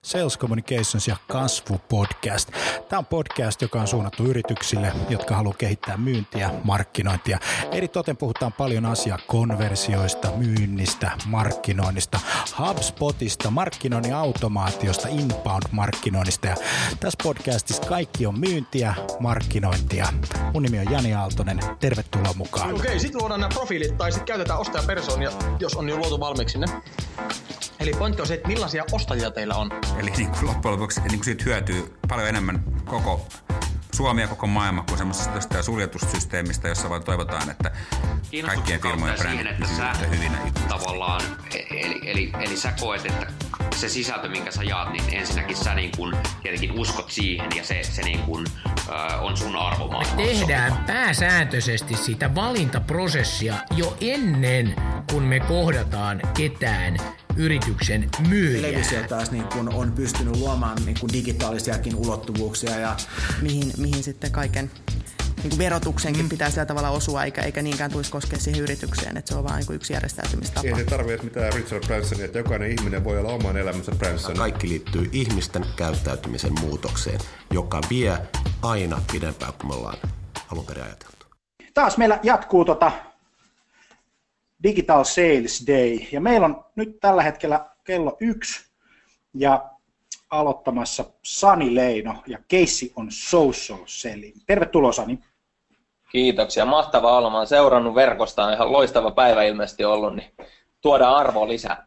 Sales Communications ja kasvupodcast. Tämä on podcast, joka on suunnattu yrityksille, jotka haluaa kehittää myyntiä, markkinointia. Eritoten puhutaan paljon konversioista, myynnistä, markkinoinnista, HubSpotista, markkinoinnin automaatiosta, inbound-markkinoinnista. Ja tässä podcastissa kaikki on myyntiä, markkinointia. Mun nimi on Jani Aaltonen. Tervetuloa mukaan. Okei, sitten luodaan nämä profiilit tai sitten käytetään ostajapersoonia, jos on jo luotu valmiiksi ne. Eli pointti on se, että millaisia ostajia teillä on. Eli niin kuin loppujen lopuksi niin kuin siitä hyötyy paljon enemmän koko Suomi ja koko maailma kuin semmoisesta suljetussysteemistä, jossa vaan toivotaan, että kaikkien firmojen brändit pysyvät hyvinä. Tavallaan, eli sä koet, että se sisältö, minkä sä jaat, niin ensinnäkin sä niin kun tietenkin uskot siihen ja se niin kun, on sun arvomaailmassa. Me tehdään pääsääntöisesti sitä valintaprosessia jo ennen kuin me kohdataan ketään yrityksen myyjää. Televisio taas niin kun on pystynyt luomaan niin kun digitaalisiakin ulottuvuuksia. Ja mihin sitten kaiken niin verotuksenkin pitää sillä tavalla osua, eikä niinkään tulisi koskea siihen yritykseen, että se on vain niin yksi järjestäytymistapa. Ei se tarvitse mitään Richard Bransonia, että jokainen ihminen voi olla oman elämänsä Branson. Kaikki liittyy ihmisten käyttäytymisen muutokseen, joka vie aina pidempään kuin me ollaan alun perin ajateltu. Taas meillä jatkuu Digital Sales Day, ja meillä on nyt tällä hetkellä kello 1 ja aloittamassa Sani Leino, ja keissi on social selling. Tervetuloa, Sani. Kiitoksia, mahtavaa olla. Mä oon seurannut verkosta, on ihan loistava päivä ilmeisesti ollut, niin tuodaan arvoa lisää.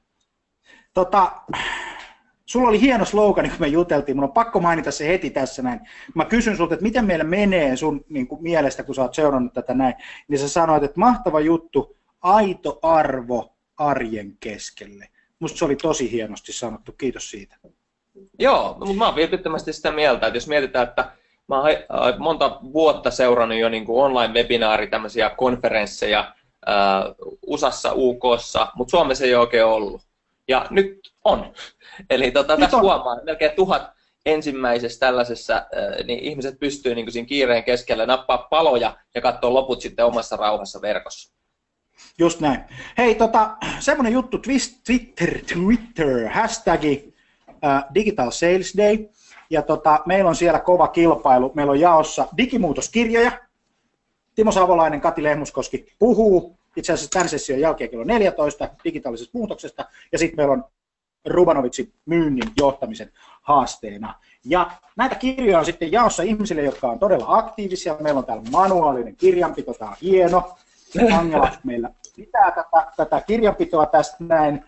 Sulla oli hieno slogan, kun me juteltiin, mun on pakko mainita se heti tässä näin. Mä kysyn sulta, että miten meillä menee sun niin kuin mielestä, kun sä oot seurannut tätä näin, niin sä sanoit, että mahtava juttu, aito arvo arjen keskelle. Musta se oli tosi hienosti sanottu, kiitos siitä. Joo, mutta mä oon vilpittömästi sitä mieltä, että jos mietitään, että mä oon monta vuotta seurannut jo niin kuin online-webinaari, tämmöisiä konferensseja USAssa, UKssa, mutta Suomessa ei oikein ollut. Ja nyt on. Eli tässä huomaa, melkein 1000 ensimmäisessä tällaisessa, niin ihmiset pystyy niin kuin siinä kiireen keskellä nappaa paloja ja katsoa loput sitten omassa rauhassa verkossa. Just näin. Hei, semmoinen juttu, Twitter, hashtagi Digital Sales Day, ja meillä on siellä kova kilpailu. Meillä on jaossa digimuutoskirjoja. Timo Savolainen, Kati Lehmuskoski puhuu itse asiassa tämän session jälkeen kello 14 digitaalisesta muutoksesta, ja sitten meillä on Rubanovitsin myynnin johtamisen haasteena. Ja näitä kirjoja on sitten jaossa ihmisille, jotka on todella aktiivisia. Meillä on täällä manuaalinen kirjanpito, tämä on hieno. Angela meillä pitää tätä kirjanpitoa tästä näin.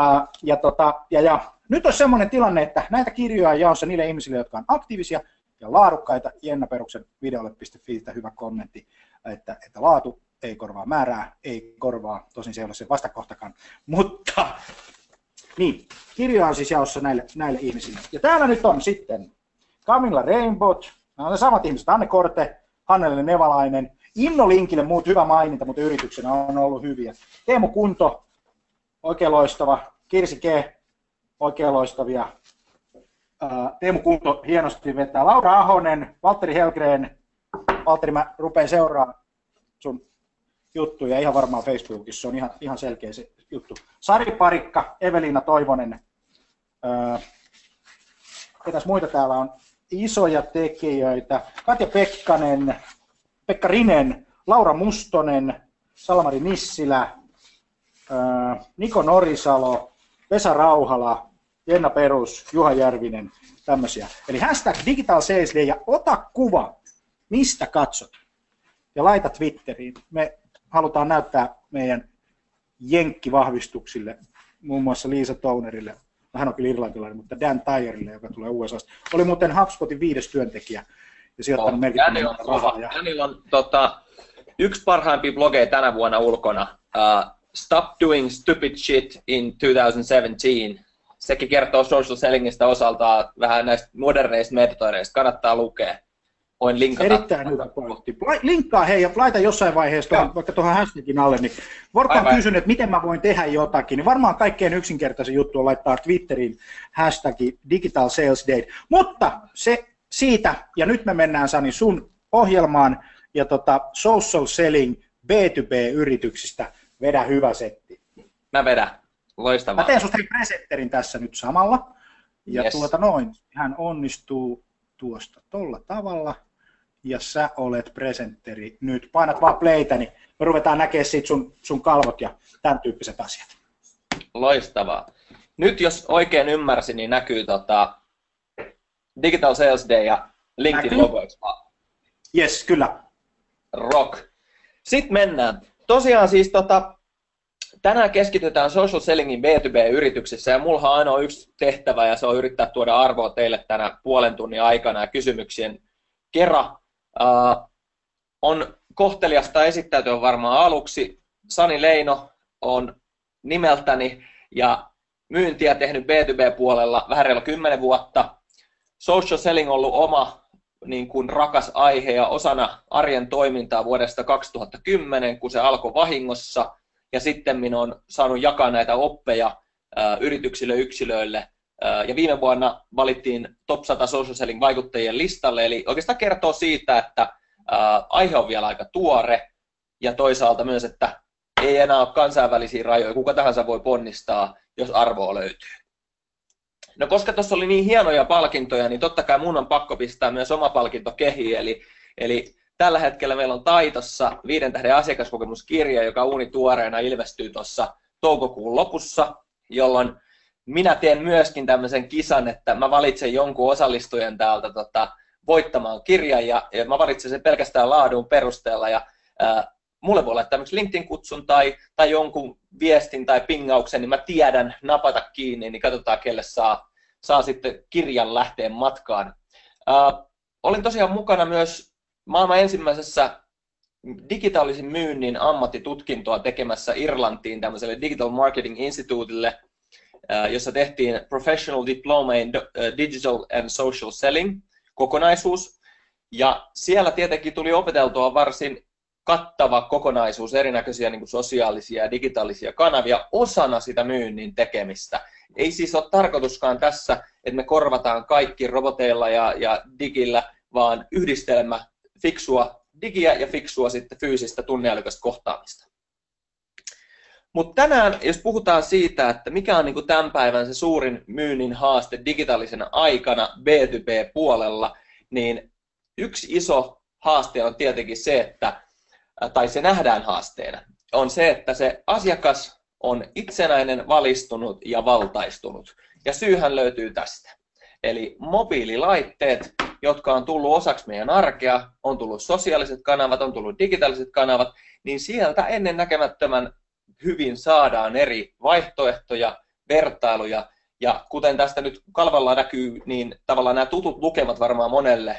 Ja nyt on semmoinen tilanne, että näitä kirjoja on jaossa niille ihmisille, jotka on aktiivisia ja laadukkaita. Jenna Peruksen videolle.fi hyvä kommentti, että laatu ei korvaa määrää, ei korvaa, tosin se ei ole se vastakohtakaan, mutta niin, kirjoja on siis jaossa näille ihmisille. Ja täällä nyt on sitten Camilla Rainbot, nämä on ne samat ihmiset, Anne Korte, Hannele Nevalainen, Inno Linkille muut hyvä maininta, mutta yrityksenä on ollut hyviä. Teemu Kunto, oikein loistava. Kirsi K, oikein loistavia. Teemu Kunto hienosti vetää. Laura Ahonen, Valtteri Helgren. Valtteri, mä rupean seuraamaan sun juttuja ihan varmaan Facebookissa, se on ihan selkeä se juttu. Sari Parikka, Eveliina Toivonen. Ketäs muita täällä on? Isoja tekijöitä. Katja Pekkanen. Pekka Rinen, Laura Mustonen, Salmari Nissilä, Niko Norisalo, Vesa Rauhala, Jenna Perus, Juha Järvinen, tämmöisiä. Eli hashtag Digital Sales Day ja ota kuva, mistä katsot ja laita Twitteriin. Me halutaan näyttää meidän jenkkivahvistuksille, muun muassa Liisa Tounerille, hän on kyllä irlantilainen, mutta Dan Tyerille, joka tulee USAsta. Oli muuten HubSpotin 5. työntekijä. Ja sijoittanut merkittävän rahaa. Jani on yksi parhaimpia blogeja tänä vuonna ulkona. Stop doing stupid shit in 2017. Sekin kertoo social sellingistä osaltaan vähän näistä moderneista metodeista. Kannattaa lukea. Voin linkata. Erittäin hyvä pointti. Linkkaa hei ja laita jossain vaiheessa vaikka tuohon hashtagin alle. Niin Vorkka kysyn, että miten mä voin tehdä jotakin. Niin varmaan kaikkein yksinkertaisin juttu on laittaa Twitteriin hashtagi Digital Sales Day. Mutta se siitä, ja nyt me mennään Sani sun ohjelmaan, ja social selling B2B-yrityksistä, vedä hyvä setti. Mä vedän, loistavaa. Mä teen susta presenterin tässä nyt samalla, Ja Yes. hän onnistuu tuosta tolla tavalla, ja sä olet presenteri. Nyt painat vaan playtä, niin me ruvetaan näkemään siitä sun kalvot ja tämän tyyppiset asiat. Loistavaa. Nyt jos oikein ymmärsin, niin näkyy Digital Sales Day ja LinkedIn logo. Yes, kyllä. Rock. Sitten mennään. Tosiaan siis tänään keskitytään social sellingin B2B-yrityksissä ja mulla on ainoa yksi tehtävä ja se on yrittää tuoda arvoa teille tänä puolen tunnin aikana ja kysymyksien kerran. On kohteliasta esittäytyä varmaan aluksi. Sani Leino on nimeltäni ja myyntiä tehnyt B2B-puolella vähän reilu 10 vuotta. Social selling on ollut oma niin kuin rakas aihe ja osana arjen toimintaa vuodesta 2010, kun se alkoi vahingossa. Ja sitten minä olen saanut jakaa näitä oppeja yrityksille yksilöille. Ja viime vuonna valittiin Top 100 Social Selling vaikuttajien listalle. Eli oikeastaan kertoo siitä, että aihe on vielä aika tuore. Ja toisaalta myös, että ei enää ole kansainvälisiä rajoja. Kuka tahansa voi ponnistaa, jos arvoa löytyy. No koska tuossa oli niin hienoja palkintoja, niin totta kai mun on pakko pistää myös oma palkinto kehiin. Eli tällä hetkellä meillä on taitossa 5 tähden asiakaskokemuskirja, joka uunituoreena ilmestyy tuossa toukokuun lopussa, jolloin minä teen myöskin tämmöisen kisan, että mä valitsen jonkun osallistujan täältä voittamaan kirjan ja mä valitsen sen pelkästään laadun perusteella ja mulle voi laittaa esimerkiksi LinkedIn-kutsun tai jonkun viestin tai pingauksen, niin mä tiedän napata kiinni, niin katsotaan kelle saa sitten kirjan lähteen matkaan. Olin tosiaan mukana myös maailman ensimmäisessä digitaalisen myynnin ammattitutkintoa tekemässä Irlantiin tämmöiselle Digital Marketing Instituutille, jossa tehtiin Professional Diploma in Digital and Social Selling kokonaisuus. Ja siellä tietenkin tuli opeteltua varsin kattava kokonaisuus, erinäköisiä niin kuin sosiaalisia ja digitaalisia kanavia osana sitä myynnin tekemistä. Ei siis ole tarkoituskaan tässä, että me korvataan kaikki roboteilla ja digillä, vaan yhdistelmä fiksua digiä ja fiksua sitten fyysistä tunneälykästä kohtaamista. Mutta tänään, jos puhutaan siitä, että mikä on niin kuin tämän päivän se suurin myynnin haaste digitaalisena aikana B2B-puolella, niin yksi iso haaste on tietenkin se, tai se nähdään haasteena, on se, että se asiakas on itsenäinen, valistunut ja valtaistunut. Ja syyhän löytyy tästä. Eli mobiililaitteet, jotka on tullut osaksi meidän arkea, on tullut sosiaaliset kanavat, on tullut digitaaliset kanavat, niin sieltä ennen näkemättömän hyvin saadaan eri vaihtoehtoja, vertailuja. Ja kuten tästä nyt kalvalla näkyy, niin tavallaan nämä tutut lukemat varmaan monelle.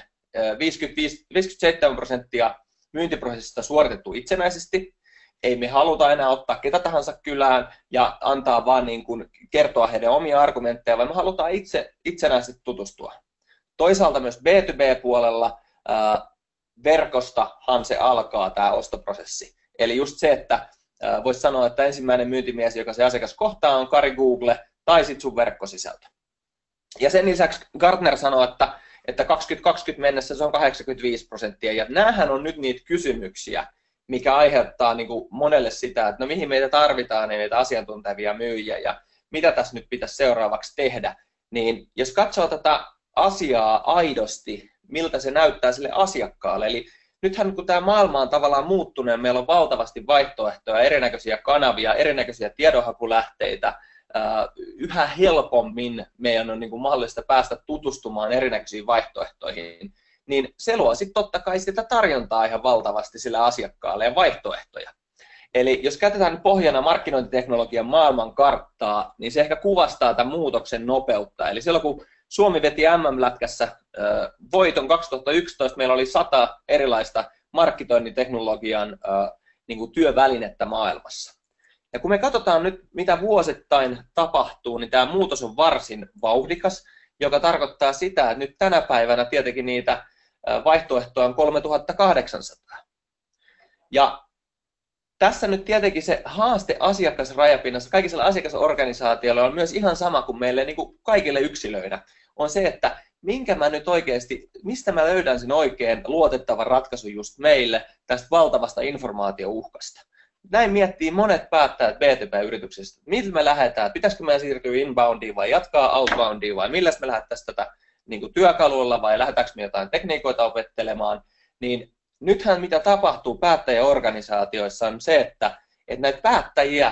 57% myyntiprosessista suoritettu itsenäisesti. Ei me haluta enää ottaa ketä tahansa kylään ja antaa vaan niin kuin kertoa heidän omia argumentteja, vaan me halutaan itsenäisesti tutustua. Toisaalta myös B2B-puolella verkostahan se alkaa tämä ostoprosessi. Eli just se, että voisi sanoa, että ensimmäinen myyntimies, joka se asiakas kohtaa, on Kari Google tai sitten sun verkkosisältö. Ja sen lisäksi Gartner sanoo, että 2020 mennessä se on 85%. Ja näähän on nyt niitä kysymyksiä, mikä aiheuttaa niin kuin monelle sitä, että no mihin meitä tarvitaan, niin meitä asiantuntevia myyjiä ja mitä tässä nyt pitäisi seuraavaksi tehdä. Niin jos katsoo tätä asiaa aidosti, miltä se näyttää sille asiakkaalle, eli nythän kun tämä maailma on tavallaan muuttunut, meillä on valtavasti vaihtoehtoja, erinäköisiä kanavia, erinäköisiä tiedonhakulähteitä, yhä helpommin meidän on niin kuin mahdollista päästä tutustumaan erinäköisiin vaihtoehtoihin, niin se luo sitten totta kai sitä tarjontaa ihan valtavasti sille asiakkaalle ja vaihtoehtoja. Eli jos käytetään pohjana markkinointiteknologian maailmankarttaa, niin se ehkä kuvastaa tämän muutoksen nopeutta. Eli silloin kun Suomi veti MM-lätkässä voiton 2011, meillä oli 100 erilaista markkinointiteknologian niin kuin työvälinettä maailmassa. Ja kun me katsotaan nyt, mitä vuosittain tapahtuu, niin tämä muutos on varsin vauhdikas, joka tarkoittaa sitä, että nyt tänä päivänä tietenkin niitä vaihtoehtoja on 3800. Ja tässä nyt tietenkin se haaste asiakasrajapinnassa, kaikilla asiakasorganisaatioilla on myös ihan sama kuin meille niin kuin kaikille yksilöinä, on se, että mistä mä löydän sen oikein luotettavan ratkaisun just meille tästä valtavasta informaatiouhkasta. näin miettii monet päättäjät B2B-yrityksestä. Miltä me lähdetään? Pitäisikö meidän siirtyä inboundiin vai jatkaa outboundiin vai millä me lähdettäisiin tätä niin kuin työkalulla vai lähdetäänkö me jotain tekniikoita opettelemaan? Niin nythän mitä tapahtuu päättäjäorganisaatioissa on se, että näitä päättäjiä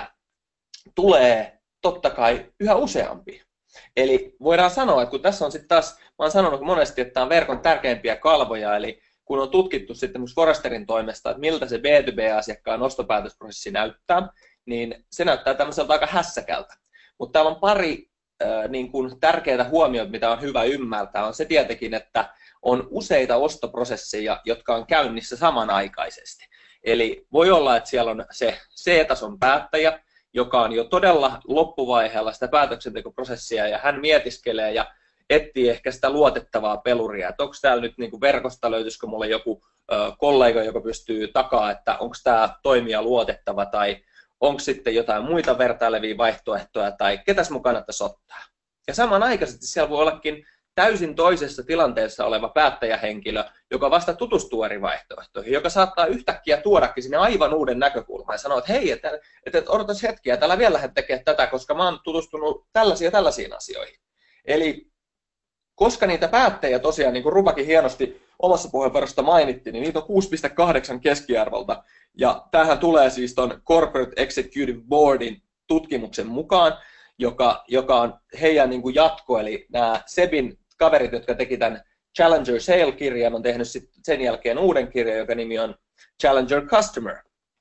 tulee totta kai yhä useampia. Eli voidaan sanoa, että kun tässä on sitten taas, mä oon sanonut monesti, että tämä on verkon tärkeimpiä kalvoja, eli kun on tutkittu sitten myös Forresterin toimesta, että miltä se B2B-asiakkaan ostopäätösprosessi näyttää, niin se näyttää tämmöiseltä aika hässäkältä. Mutta täällä on pari niin kuin tärkeää huomioita, mitä on hyvä ymmärtää, on se tietenkin, että on useita ostoprosesseja, jotka on käynnissä samanaikaisesti. Eli voi olla, että siellä on se C-tason päättäjä, joka on jo todella loppuvaiheella sitä päätöksentekoprosessia, ja hän mietiskelee ja etsii ehkä sitä luotettavaa peluria, että onko täällä nyt niin kuin verkosta, löytyisikö mulle joku kollega, joka pystyy takaa, että onko tämä toimija luotettava, tai onko sitten jotain muita vertailevia vaihtoehtoja, tai ketäs mun kannattaisi ottaa. Ja samanaikaisesti siellä voi ollakin täysin toisessa tilanteessa oleva päättäjähenkilö, joka vasta tutustuu eri vaihtoehtoihin, joka saattaa yhtäkkiä tuodakin sinne aivan uuden näkökulman ja sanoa, että hei, että odotas hetkiä, täällä vielä lähde tekemään tätä, koska mä oon tutustunut tällaisiin asioihin. Eli koska niitä päättäjiä tosiaan, niin kuin Rubakin hienosti omassa puheenvuorosta mainitti, niin niitä on 6,8 keskiarvolta. Ja tämähän tulee siis ton Corporate Executive Boardin tutkimuksen mukaan, joka on heidän niin kuin jatko, eli nämä SEBin kaverit, jotka teki tämän Challenger Sale-kirjan, on tehnyt sen jälkeen uuden kirjan, joka nimi on Challenger Customer.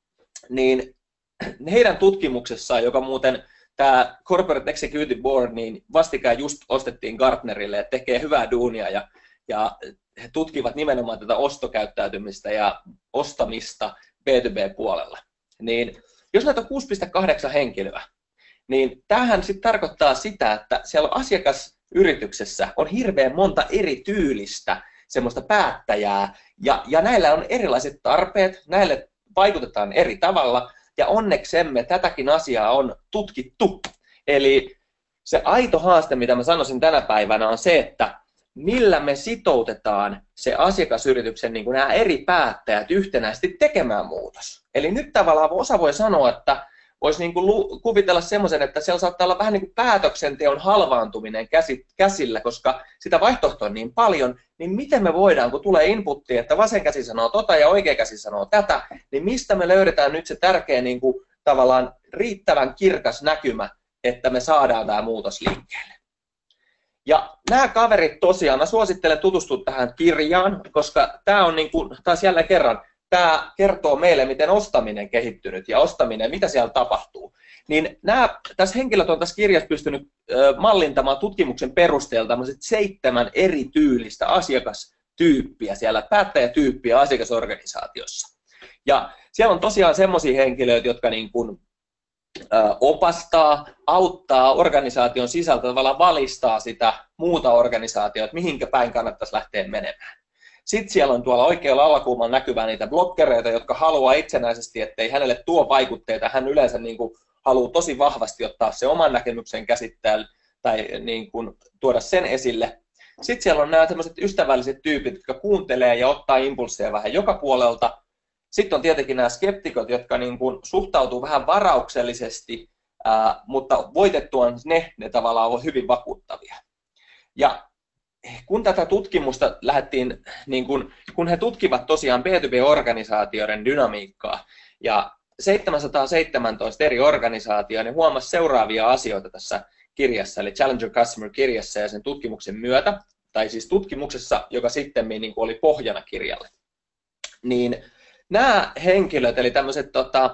Niin heidän tutkimuksessaan, joka muuten tämä Corporate Executive Board, niin vastikään just ostettiin Gartnerille, että tekee hyvää duunia ja he tutkivat nimenomaan tätä ostokäyttäytymistä ja ostamista B2B-puolella. Niin jos näitä on 6,8 henkilöä, niin tämähän sitten tarkoittaa sitä, että siellä asiakasyrityksessä on hirveän monta eri tyylistä semmoista päättäjää, ja näillä on erilaiset tarpeet, näille vaikutetaan eri tavalla, ja onneksemme tätäkin asiaa on tutkittu. Eli se aito haaste, mitä mä sanoisin tänä päivänä, on se, että millä me sitoutetaan se asiakasyrityksen niin kuin nämä eri päättäjät yhtenäisesti tekemään muutos. Eli nyt tavallaan osa voi sanoa, että voisi niin kuin kuvitella semmoisen, että siellä saattaa olla vähän niin kuin päätöksenteon halvaantuminen käsillä, koska sitä vaihtoehtoa on niin paljon, niin miten me voidaan, kun tulee inputtia, että vasen käsi sanoo tota ja oikea käsi sanoo tätä, niin mistä me löydetään nyt se tärkeä niin kuin tavallaan riittävän kirkas näkymä, että me saadaan tämä muutos liikkeelle. Ja nämä kaverit tosiaan, mä suosittelen tutustua tähän kirjaan, koska tämä on niin kuin, taas jälleen kerran, tämä kertoo meille, miten ostaminen kehittynyt ja ostaminen, mitä siellä tapahtuu. Niin tässä henkilöt on tässä kirjassa pystynyt mallintamaan tutkimuksen perusteella tämmöiset 7 eri tyylistä asiakastyyppiä siellä, päättäjätyyppiä asiakasorganisaatiossa. Ja siellä on tosiaan semmoisia henkilöitä, jotka niin kuin opastaa, auttaa organisaation sisältä, tavallaan valistaa sitä muuta organisaatiota, että mihinkä päin kannattaisi lähteä menemään. Sitten siellä on tuolla oikealla alakulmalla näkyvää niitä blokkereita, jotka haluaa itsenäisesti, ettei hänelle tuo vaikutteita. Hän yleensä niin kuin haluaa tosi vahvasti ottaa se oman näkemyksen käsittelyyn tai niin kuin tuoda sen esille. Sitten siellä on nämä tämmöiset ystävälliset tyypit, jotka kuuntelee ja ottaa impulsseja vähän joka puolelta. Sitten on tietenkin nämä skeptikot, jotka niin kuin suhtautuu vähän varauksellisesti, mutta voitettuaan ne tavallaan ovat hyvin vakuuttavia. Ja kun tätä tutkimusta lähdettiin, niin kun he tutkivat tosiaan B2B-organisaatioiden dynamiikkaa ja 717 eri organisaatioita, niin huomasi seuraavia asioita tässä kirjassa, eli Challenger Customer-kirjassa ja sen tutkimuksen myötä, tai siis tutkimuksessa, joka sitten niin oli pohjana kirjalle. Niin nämä henkilöt, eli tämmöiset,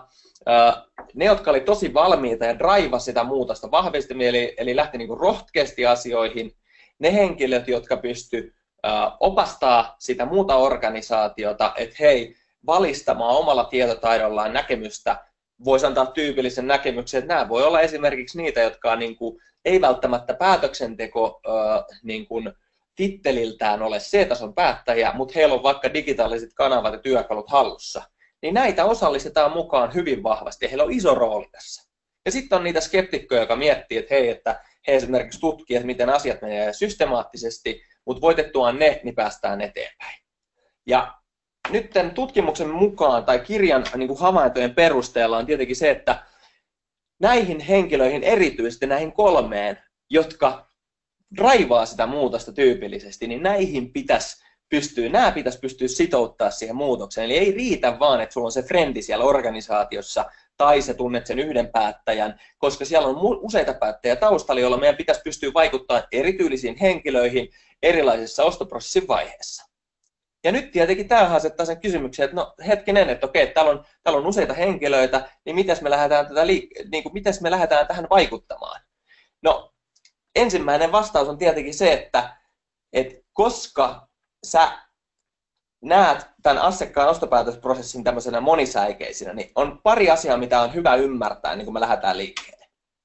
ne, jotka oli tosi valmiita ja draivasi sitä muutosta vahvasti, eli lähti niin kuin rohkeasti asioihin, ne henkilöt, jotka pysty opastaa sitä muuta organisaatiota, että hei, valistamaan omalla tietotaidollaan näkemystä, voisi antaa tyypillisen näkemyksen, että nämä voi olla esimerkiksi niitä, jotka on, niin kuin, ei välttämättä päätöksenteko niin kuin, titteliltään ole C-tason päättäjiä, mutta heillä on vaikka digitaaliset kanavat ja työkalut hallussa. Niin näitä osallistetaan mukaan hyvin vahvasti ja heillä on iso rooli tässä. Ja sitten on niitä skeptikkoja, jotka miettii, että hei, että he esimerkiksi tutkii, että miten asiat menee systemaattisesti, mutta voitettuaan ne, niin päästään eteenpäin. Ja nyt tämän tutkimuksen mukaan tai kirjan niin kuin havaintojen perusteella on tietenkin se, että näihin henkilöihin, erityisesti näihin 3, jotka draivaa sitä muutosta tyypillisesti, niin näihin pitäisi pystyä sitouttaa siihen muutokseen. Eli ei riitä vaan, että sulla on se frendi siellä organisaatiossa tai sä tunnet sen yhden päättäjän, koska siellä on useita päättäjiä taustalla, joilla meidän pitäisi pystyä vaikuttamaan erityylisiin henkilöihin erilaisissa ostoprosessin vaiheessa. Ja nyt tietenkin tämä asettaa sen kysymyksen, että no hetkinen, että okei, täällä on useita henkilöitä, niin miten me lähdetään tähän vaikuttamaan? No, ensimmäinen vastaus on tietenkin se, että koska sä näet tämän asiakkaan ostopäätösprosessin tämmöisenä monisäikeisinä, niin on pari asiaa, mitä on hyvä ymmärtää, niin kun me lähdetään liikkeelle.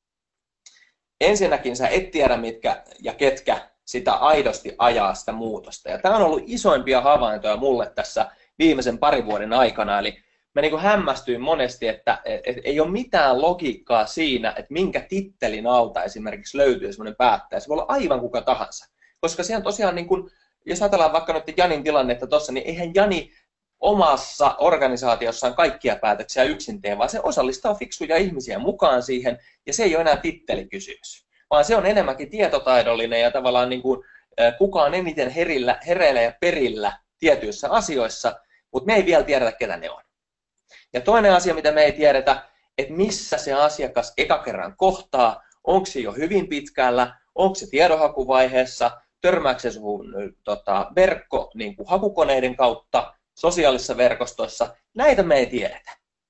Ensinnäkin sä et tiedä, mitkä ja ketkä sitä aidosti ajaa sitä muutosta. Ja tämä on ollut isoimpia havaintoja mulle tässä viimeisen 2 vuoden aikana. Eli mä niin kuin hämmästyin monesti, että ei ole mitään logiikkaa siinä, että minkä tittelin alta esimerkiksi löytyy semmoinen päättäjä. Se voi olla aivan kuka tahansa. Koska siellä tosiaan, niin kuin, jos ajatellaan vaikka nyt Janin tilannetta tuossa, niin eihän Jani omassa organisaatiossaan kaikkia päätöksiä yksin tee, vaan se osallistaa fiksuja ihmisiä mukaan siihen, ja se ei ole enää tittelikysymys. Vaan se on enemmänkin tietotaidollinen ja tavallaan niin kuin, kuka on eniten hereillä ja perillä tietyissä asioissa, mutta me ei vielä tiedetä, ketä ne on. Ja toinen asia, mitä me ei tiedetä, että missä se asiakas eka kerran kohtaa, onko se jo hyvin pitkällä, onko se tiedonhakuvaiheessa, törmääkö se sun verkko niin kuin hakukoneiden kautta, sosiaalisissa verkostoissa, näitä me ei tiedetä.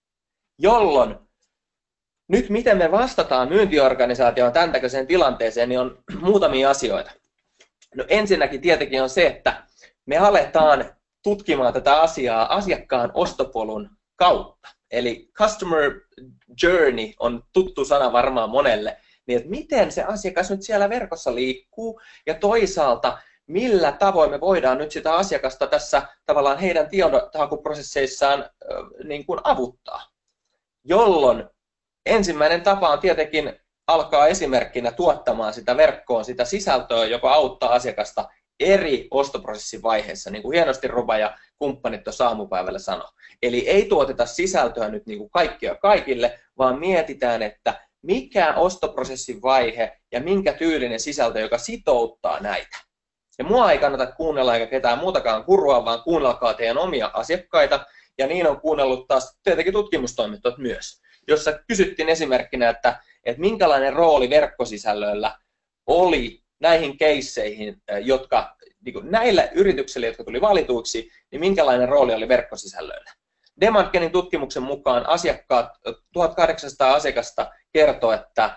Jolloin nyt miten me vastataan myyntiorganisaatioon tämän takia tilanteeseen, niin on muutamia asioita. No ensinnäkin tietenkin on se, että me aletaan tutkimaan tätä asiaa asiakkaan ostopolun kautta. Eli customer journey on tuttu sana varmaan monelle, niin että miten se asiakas nyt siellä verkossa liikkuu ja toisaalta millä tavoin me voidaan nyt sitä asiakasta tässä tavallaan heidän tiedonhakuprosesseissaan niin kuin avuttaa. Jolloin ensimmäinen tapa on tietenkin alkaa esimerkkinä tuottamaan sitä verkkoon, sitä sisältöä, joka auttaa asiakasta eri ostoprosessin vaiheessa, niin kuin hienosti Ruba ja kumppanit tuossa aamupäivällä sanoi. Eli ei tuoteta sisältöä nyt niin kuin kaikkia kaikille, vaan mietitään, että mikä ostoprosessin vaihe ja minkä tyylinen sisältö, joka sitouttaa näitä. Ja mua ei kannata kuunnella eikä ketään muutakaan kurua, vaan kuunnelkaa teidän omia asiakkaita, ja niin on kuunnellut taas tietenkin tutkimustoimistot myös, jossa kysyttiin esimerkkinä, että minkälainen rooli verkkosisällöillä oli näihin keisseihin, jotka niin kuin näillä yrityksillä, jotka tuli valituiksi, niin minkälainen rooli oli verkkosisällöillä. Demarkenin tutkimuksen mukaan 1800 asiakasta kertoo, että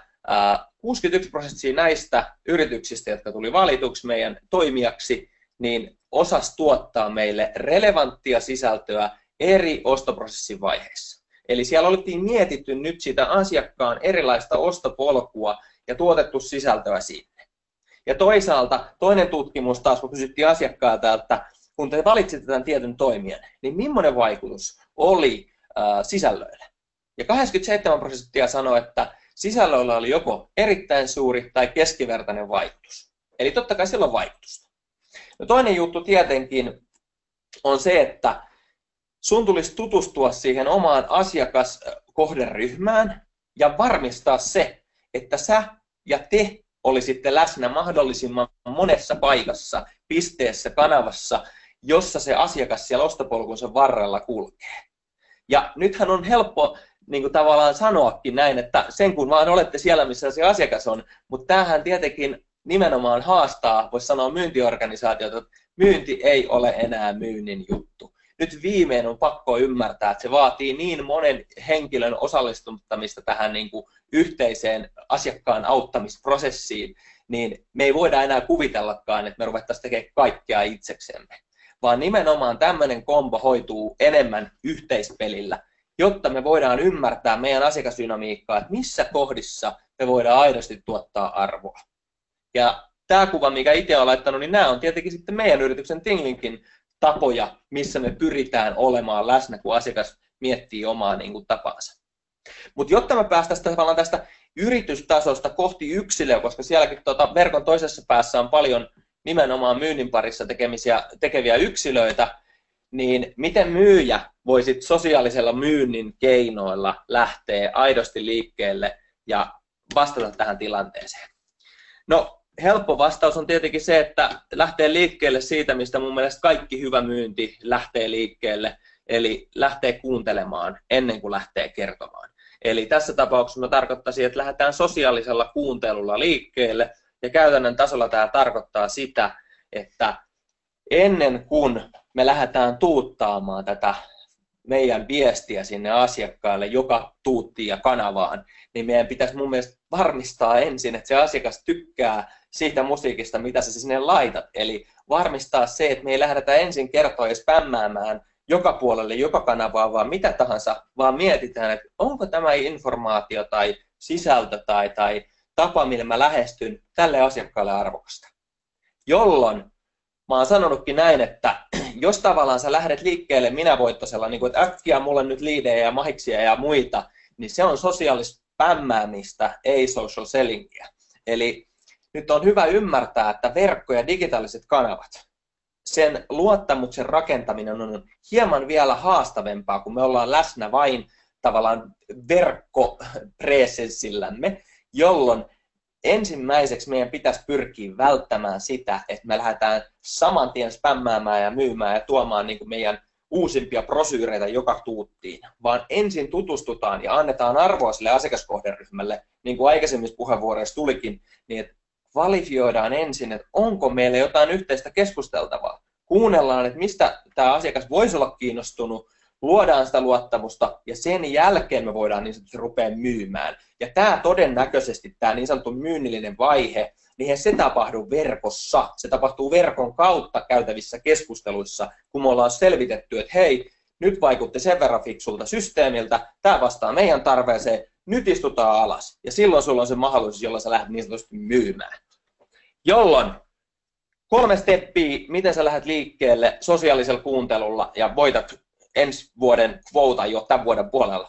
61% näistä yrityksistä, jotka tuli valituksi meidän toimijaksi, niin osasi tuottaa meille relevanttia sisältöä eri ostoprosessin vaiheissa. Eli siellä oltiin mietitty nyt sitä asiakkaan erilaista ostopolkua ja tuotettu sisältöä sinne. Ja toisaalta toinen tutkimus taas, kun kysyttiin asiakkaalta, että kun te valitsitte tämän tietyn toimijan, niin millainen vaikutus oli sisällöillä? Ja 87% sanoi, että sisällöillä oli joko erittäin suuri tai keskivertainen vaikutus. Eli totta kai sillä on vaikutusta. No toinen juttu tietenkin on se, että sun tulisi tutustua siihen omaan asiakaskohderyhmään ja varmistaa se, että sä ja te olisitte läsnä mahdollisimman monessa paikassa, pisteessä, kanavassa, jossa se asiakas siellä ostopolkunsa varrella kulkee. Ja nythän on helppo niin kuin tavallaan sanoakin näin, että sen kun vaan olette siellä, missä se asiakas on, mutta tämähän tietenkin nimenomaan haastaa, voisi sanoa myyntiorganisaatiota, että myynti ei ole enää myynnin juttu. Nyt viimein on pakko ymmärtää, että se vaatii niin monen henkilön osallistumista tähän niin kuin yhteiseen asiakkaan auttamisprosessiin, niin me ei voida enää kuvitellakaan, että me ruvettaisiin tekemään kaikkea itseksemme. Vaan nimenomaan tämmöinen kombo hoituu enemmän yhteispelillä, jotta me voidaan ymmärtää meidän asiakasdynamiikkaa, että missä kohdissa me voidaan aidosti tuottaa arvoa. Ja tämä kuva, mikä itse olen laittanut, niin nämä on tietenkin sitten meidän yrityksen Tinglinkin tapoja, missä me pyritään olemaan läsnä, kun asiakas miettii omaa niin kuin tapansa. Mutta jotta me päästäisiin tavallaan tästä yritystasosta kohti yksilöä, koska sielläkin verkon toisessa päässä on paljon nimenomaan myynnin parissa tekeviä yksilöitä, niin miten myyjä voisit sosiaalisella myynnin keinoilla lähteä aidosti liikkeelle ja vastata tähän tilanteeseen? No, helppo vastaus on tietenkin se, että lähtee liikkeelle siitä, mistä mun mielestä kaikki hyvä myynti lähtee liikkeelle, eli lähtee kuuntelemaan ennen kuin lähtee kertomaan. Eli tässä tapauksessa mä tarkoittaisin, että lähdetään sosiaalisella kuuntelulla liikkeelle, ja käytännön tasolla tämä tarkoittaa sitä, että ennen kuin me lähdetään tuuttaamaan tätä meidän viestiä sinne asiakkaalle joka tuuttiin ja kanavaan, niin meidän pitäisi mun mielestä varmistaa ensin, että se asiakas tykkää siitä musiikista, mitä sä sinne laitat. Eli varmistaa se, että me ei lähdetä ensin kertoa ja spämmäämään joka puolelle, joka kanavaa, vaan mitä tahansa, vaan mietitään, että onko tämä informaatio tai sisältö tai tapa, millä mä lähestyn tälle asiakkaalle arvokasta. Jolloin mä oon sanonutkin näin, että jos tavallaan sä lähdet liikkeelle minävoittoisella, niin kuin, että äkkiä mulle nyt liidejä ja mahiksia ja muita, niin se on sosiaalista spämmäämistä, ei social sellingiä. Eli nyt on hyvä ymmärtää, että verkko- ja digitaaliset kanavat, sen luottamuksen rakentaminen on hieman vielä haastavempaa, kun me ollaan läsnä vain tavallaan verkkopresenssillämme, jolloin ensimmäiseksi meidän pitäisi pyrkiä välttämään sitä, että me lähdetään saman tien spämmäämään ja myymään ja tuomaan niin kuin meidän uusimpia brosyyreitä joka tuuttiin, vaan ensin tutustutaan ja annetaan arvoa sille asiakaskohderyhmälle, niin kuin aikaisemmissa puheenvuoroissa tulikin, niin että kvalifioidaan ensin, että onko meillä jotain yhteistä keskusteltavaa. Kuunnellaan, että mistä tämä asiakas voisi olla kiinnostunut, luodaan sitä luottamusta ja sen jälkeen me voidaan niin sanotusti rupea myymään. Ja tämä todennäköisesti, tämä niin sanottu myynnillinen vaihe, niin se tapahtuu verkossa. Se tapahtuu verkon kautta käytävissä keskusteluissa, kun me ollaan selvitetty, että hei, nyt vaikutti sen verran fiksulta systeemiltä, tämä vastaa meidän tarpeeseen, nyt istutaan alas. Ja silloin sulla on se mahdollisuus, jolla sä lähdet niin sanotusti myymään. Jolloin 3 steppiä, miten sä lähdet liikkeelle sosiaalisella kuuntelulla ja voitat ensi vuoden kvootan jo tämän vuoden puolella.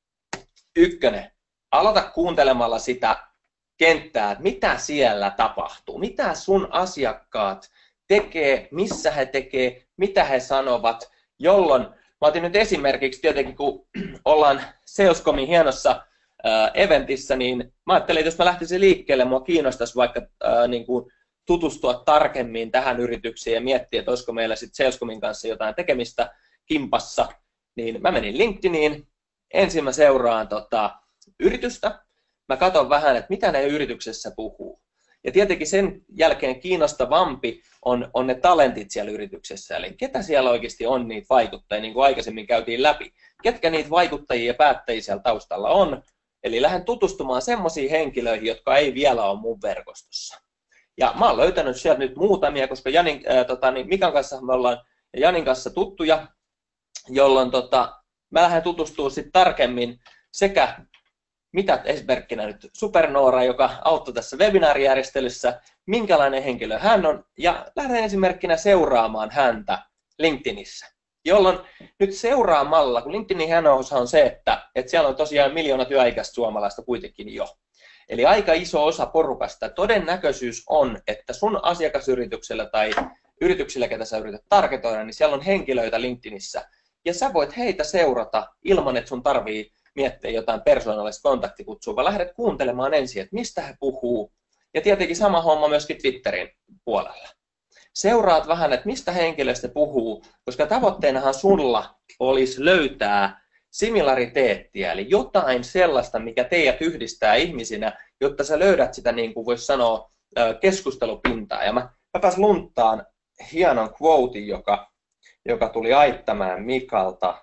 1. Aloita kuuntelemalla sitä kenttää, että mitä siellä tapahtuu, mitä sun asiakkaat tekee, missä he tekee, mitä he sanovat, jolloin, mä otin nyt esimerkiksi tietenkin, kun ollaan Salescomin hienossa eventissä, niin mä ajattelin, että jos mä lähtisin liikkeelle, mua kiinnostaisi vaikka niin kuin tutustua tarkemmin tähän yritykseen ja miettiä, että olisiko meillä sitten Salescomin kanssa jotain tekemistä kimpassa, niin mä menin LinkedIniin, ensin mä seuraan yritystä, mä katson vähän, että mitä ne yrityksessä puhuu. Ja tietenkin sen jälkeen kiinnostavampi on ne talentit siellä yrityksessä, eli ketä siellä oikeasti on niitä vaikuttajia, niin kuin aikaisemmin käytiin läpi. Ketkä niitä vaikuttajia ja päättäjiä siellä taustalla on, eli lähden tutustumaan semmoisiin henkilöihin, jotka ei vielä ole mun verkostossa. Ja mä oon löytänyt sieltä nyt muutamia, koska Mikan kanssa me ollaan ja Janin kanssa tuttuja, jolloin mä lähden tutustumaan sitten tarkemmin sekä mitä esimerkkinä nyt Supernoora, joka auttoi tässä webinaarijärjestelyssä, minkälainen henkilö hän on, ja lähden esimerkkinä seuraamaan häntä LinkedInissä. Jolloin nyt seuraamalla, kun LinkedInin hienous on se, että siellä on tosiaan 1 miljoona työikäistä suomalaista kuitenkin jo. Eli aika iso osa porukasta. Todennäköisyys on, että sun asiakasyrityksellä tai yrityksillä, ketä sä yrität targetoida, niin siellä on henkilöitä LinkedInissä. Ja sä voit heitä seurata ilman, että sun tarvii miettiä jotain persoonallista kontaktikutsua, vaan lähdet kuuntelemaan ensin, että mistä he puhuu. Ja tietenkin sama homma myöskin Twitterin puolella. Seuraat vähän, että mistä henkilöistä puhuu, koska tavoitteenahan sulla olisi löytää similariteettia, eli jotain sellaista, mikä teidät yhdistää ihmisinä, jotta sä löydät sitä, niin kuin voisi sanoa, keskustelupintaa. Ja mä pääsin lunttaan hienon quotein, joka tuli Aittamäen Mikalta.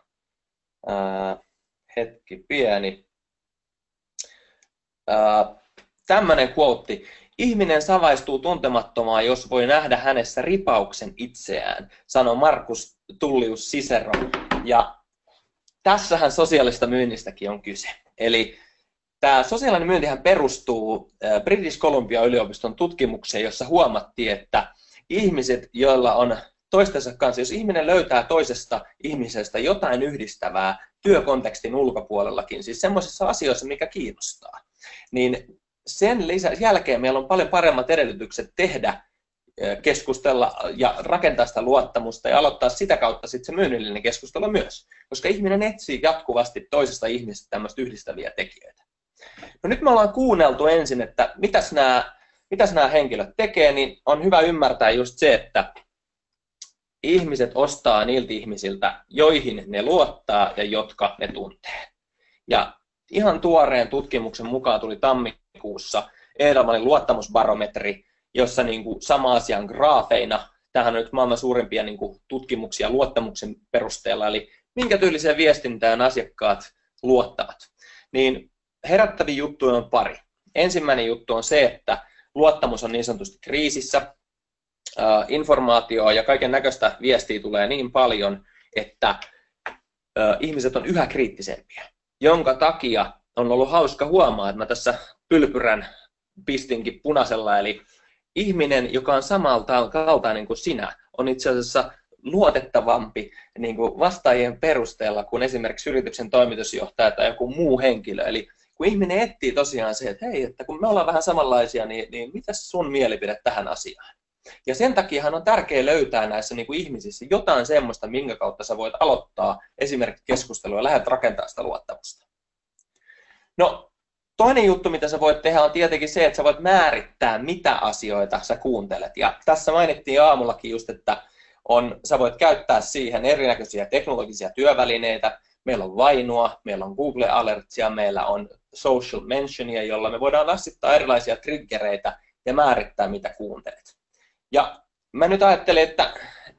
Hetki pieni. Tämmöinen quote. Ihminen savaistuu tuntemattomaan, jos voi nähdä hänessä ripauksen itseään, sanoi Marcus Tullius Cicero. Ja tässähän sosiaalista myynnistäkin on kyse. Eli tämä sosiaalinen myyntihän perustuu British Columbia yliopiston tutkimukseen, jossa huomattiin, että ihmiset, joilla on toistensa kanssa, jos ihminen löytää toisesta ihmisestä jotain yhdistävää työkontekstin ulkopuolellakin, siis semmoisissa asioissa, mikä kiinnostaa, niin sen jälkeen meillä on paljon paremmat edellytykset tehdä keskustella ja rakentaa sitä luottamusta ja aloittaa sitä kautta sitten se myynnillinen keskustelu myös, koska ihminen etsii jatkuvasti toisesta ihmisestä tämmöistä yhdistäviä tekijöitä. No nyt me ollaan kuunneltu ensin, että mitäs nämä henkilöt tekee, niin on hyvä ymmärtää just se, että ihmiset ostaa niiltä ihmisiltä, joihin ne luottaa ja jotka ne tuntee. Ja ihan tuoreen tutkimuksen mukaan tuli tammikuussa Edelmanin luottamusbarometri, jossa niin kuin sama asia on graafeina. Tämähän on nyt maailman suurimpia niin kuin tutkimuksia luottamuksen perusteella, eli minkä tyyliseen viestintään asiakkaat luottavat. Niin herättäviä juttuja on pari. Ensimmäinen juttu on se, että luottamus on niin sanotusti kriisissä. Informaatioa ja kaiken näköistä viestiä tulee niin paljon, että ihmiset on yhä kriittisempiä, jonka takia on ollut hauska huomaa, että mä tässä pylpyrän pistinkin punaisella, eli ihminen, joka on samalta kaltainen kuin sinä, on itse asiassa luotettavampi niin kuin vastaajien perusteella kuin esimerkiksi yrityksen toimitusjohtaja tai joku muu henkilö. Eli kun ihminen etsii tosiaan se, että hei, että kun me ollaan vähän samanlaisia, niin mitäs sun mielipide tähän asiaan? Ja sen takiahan on tärkeää löytää näissä niin kuin ihmisissä jotain semmoista, minkä kautta sä voit aloittaa esimerkiksi keskustelua ja lähdet rakentamaan sitä luottamusta. No, toinen juttu, mitä sä voit tehdä, on tietenkin se, että sä voit määrittää, mitä asioita sä kuuntelet. Ja tässä mainittiin aamullakin just, että sä voit käyttää siihen erinäköisiä teknologisia työvälineitä. Meillä on Vainua, meillä on Google Alertsia, meillä on Social Mentionia, jolla me voidaan lassittaa erilaisia triggereitä ja määrittää, mitä kuuntelet. Ja mä nyt ajattelin, että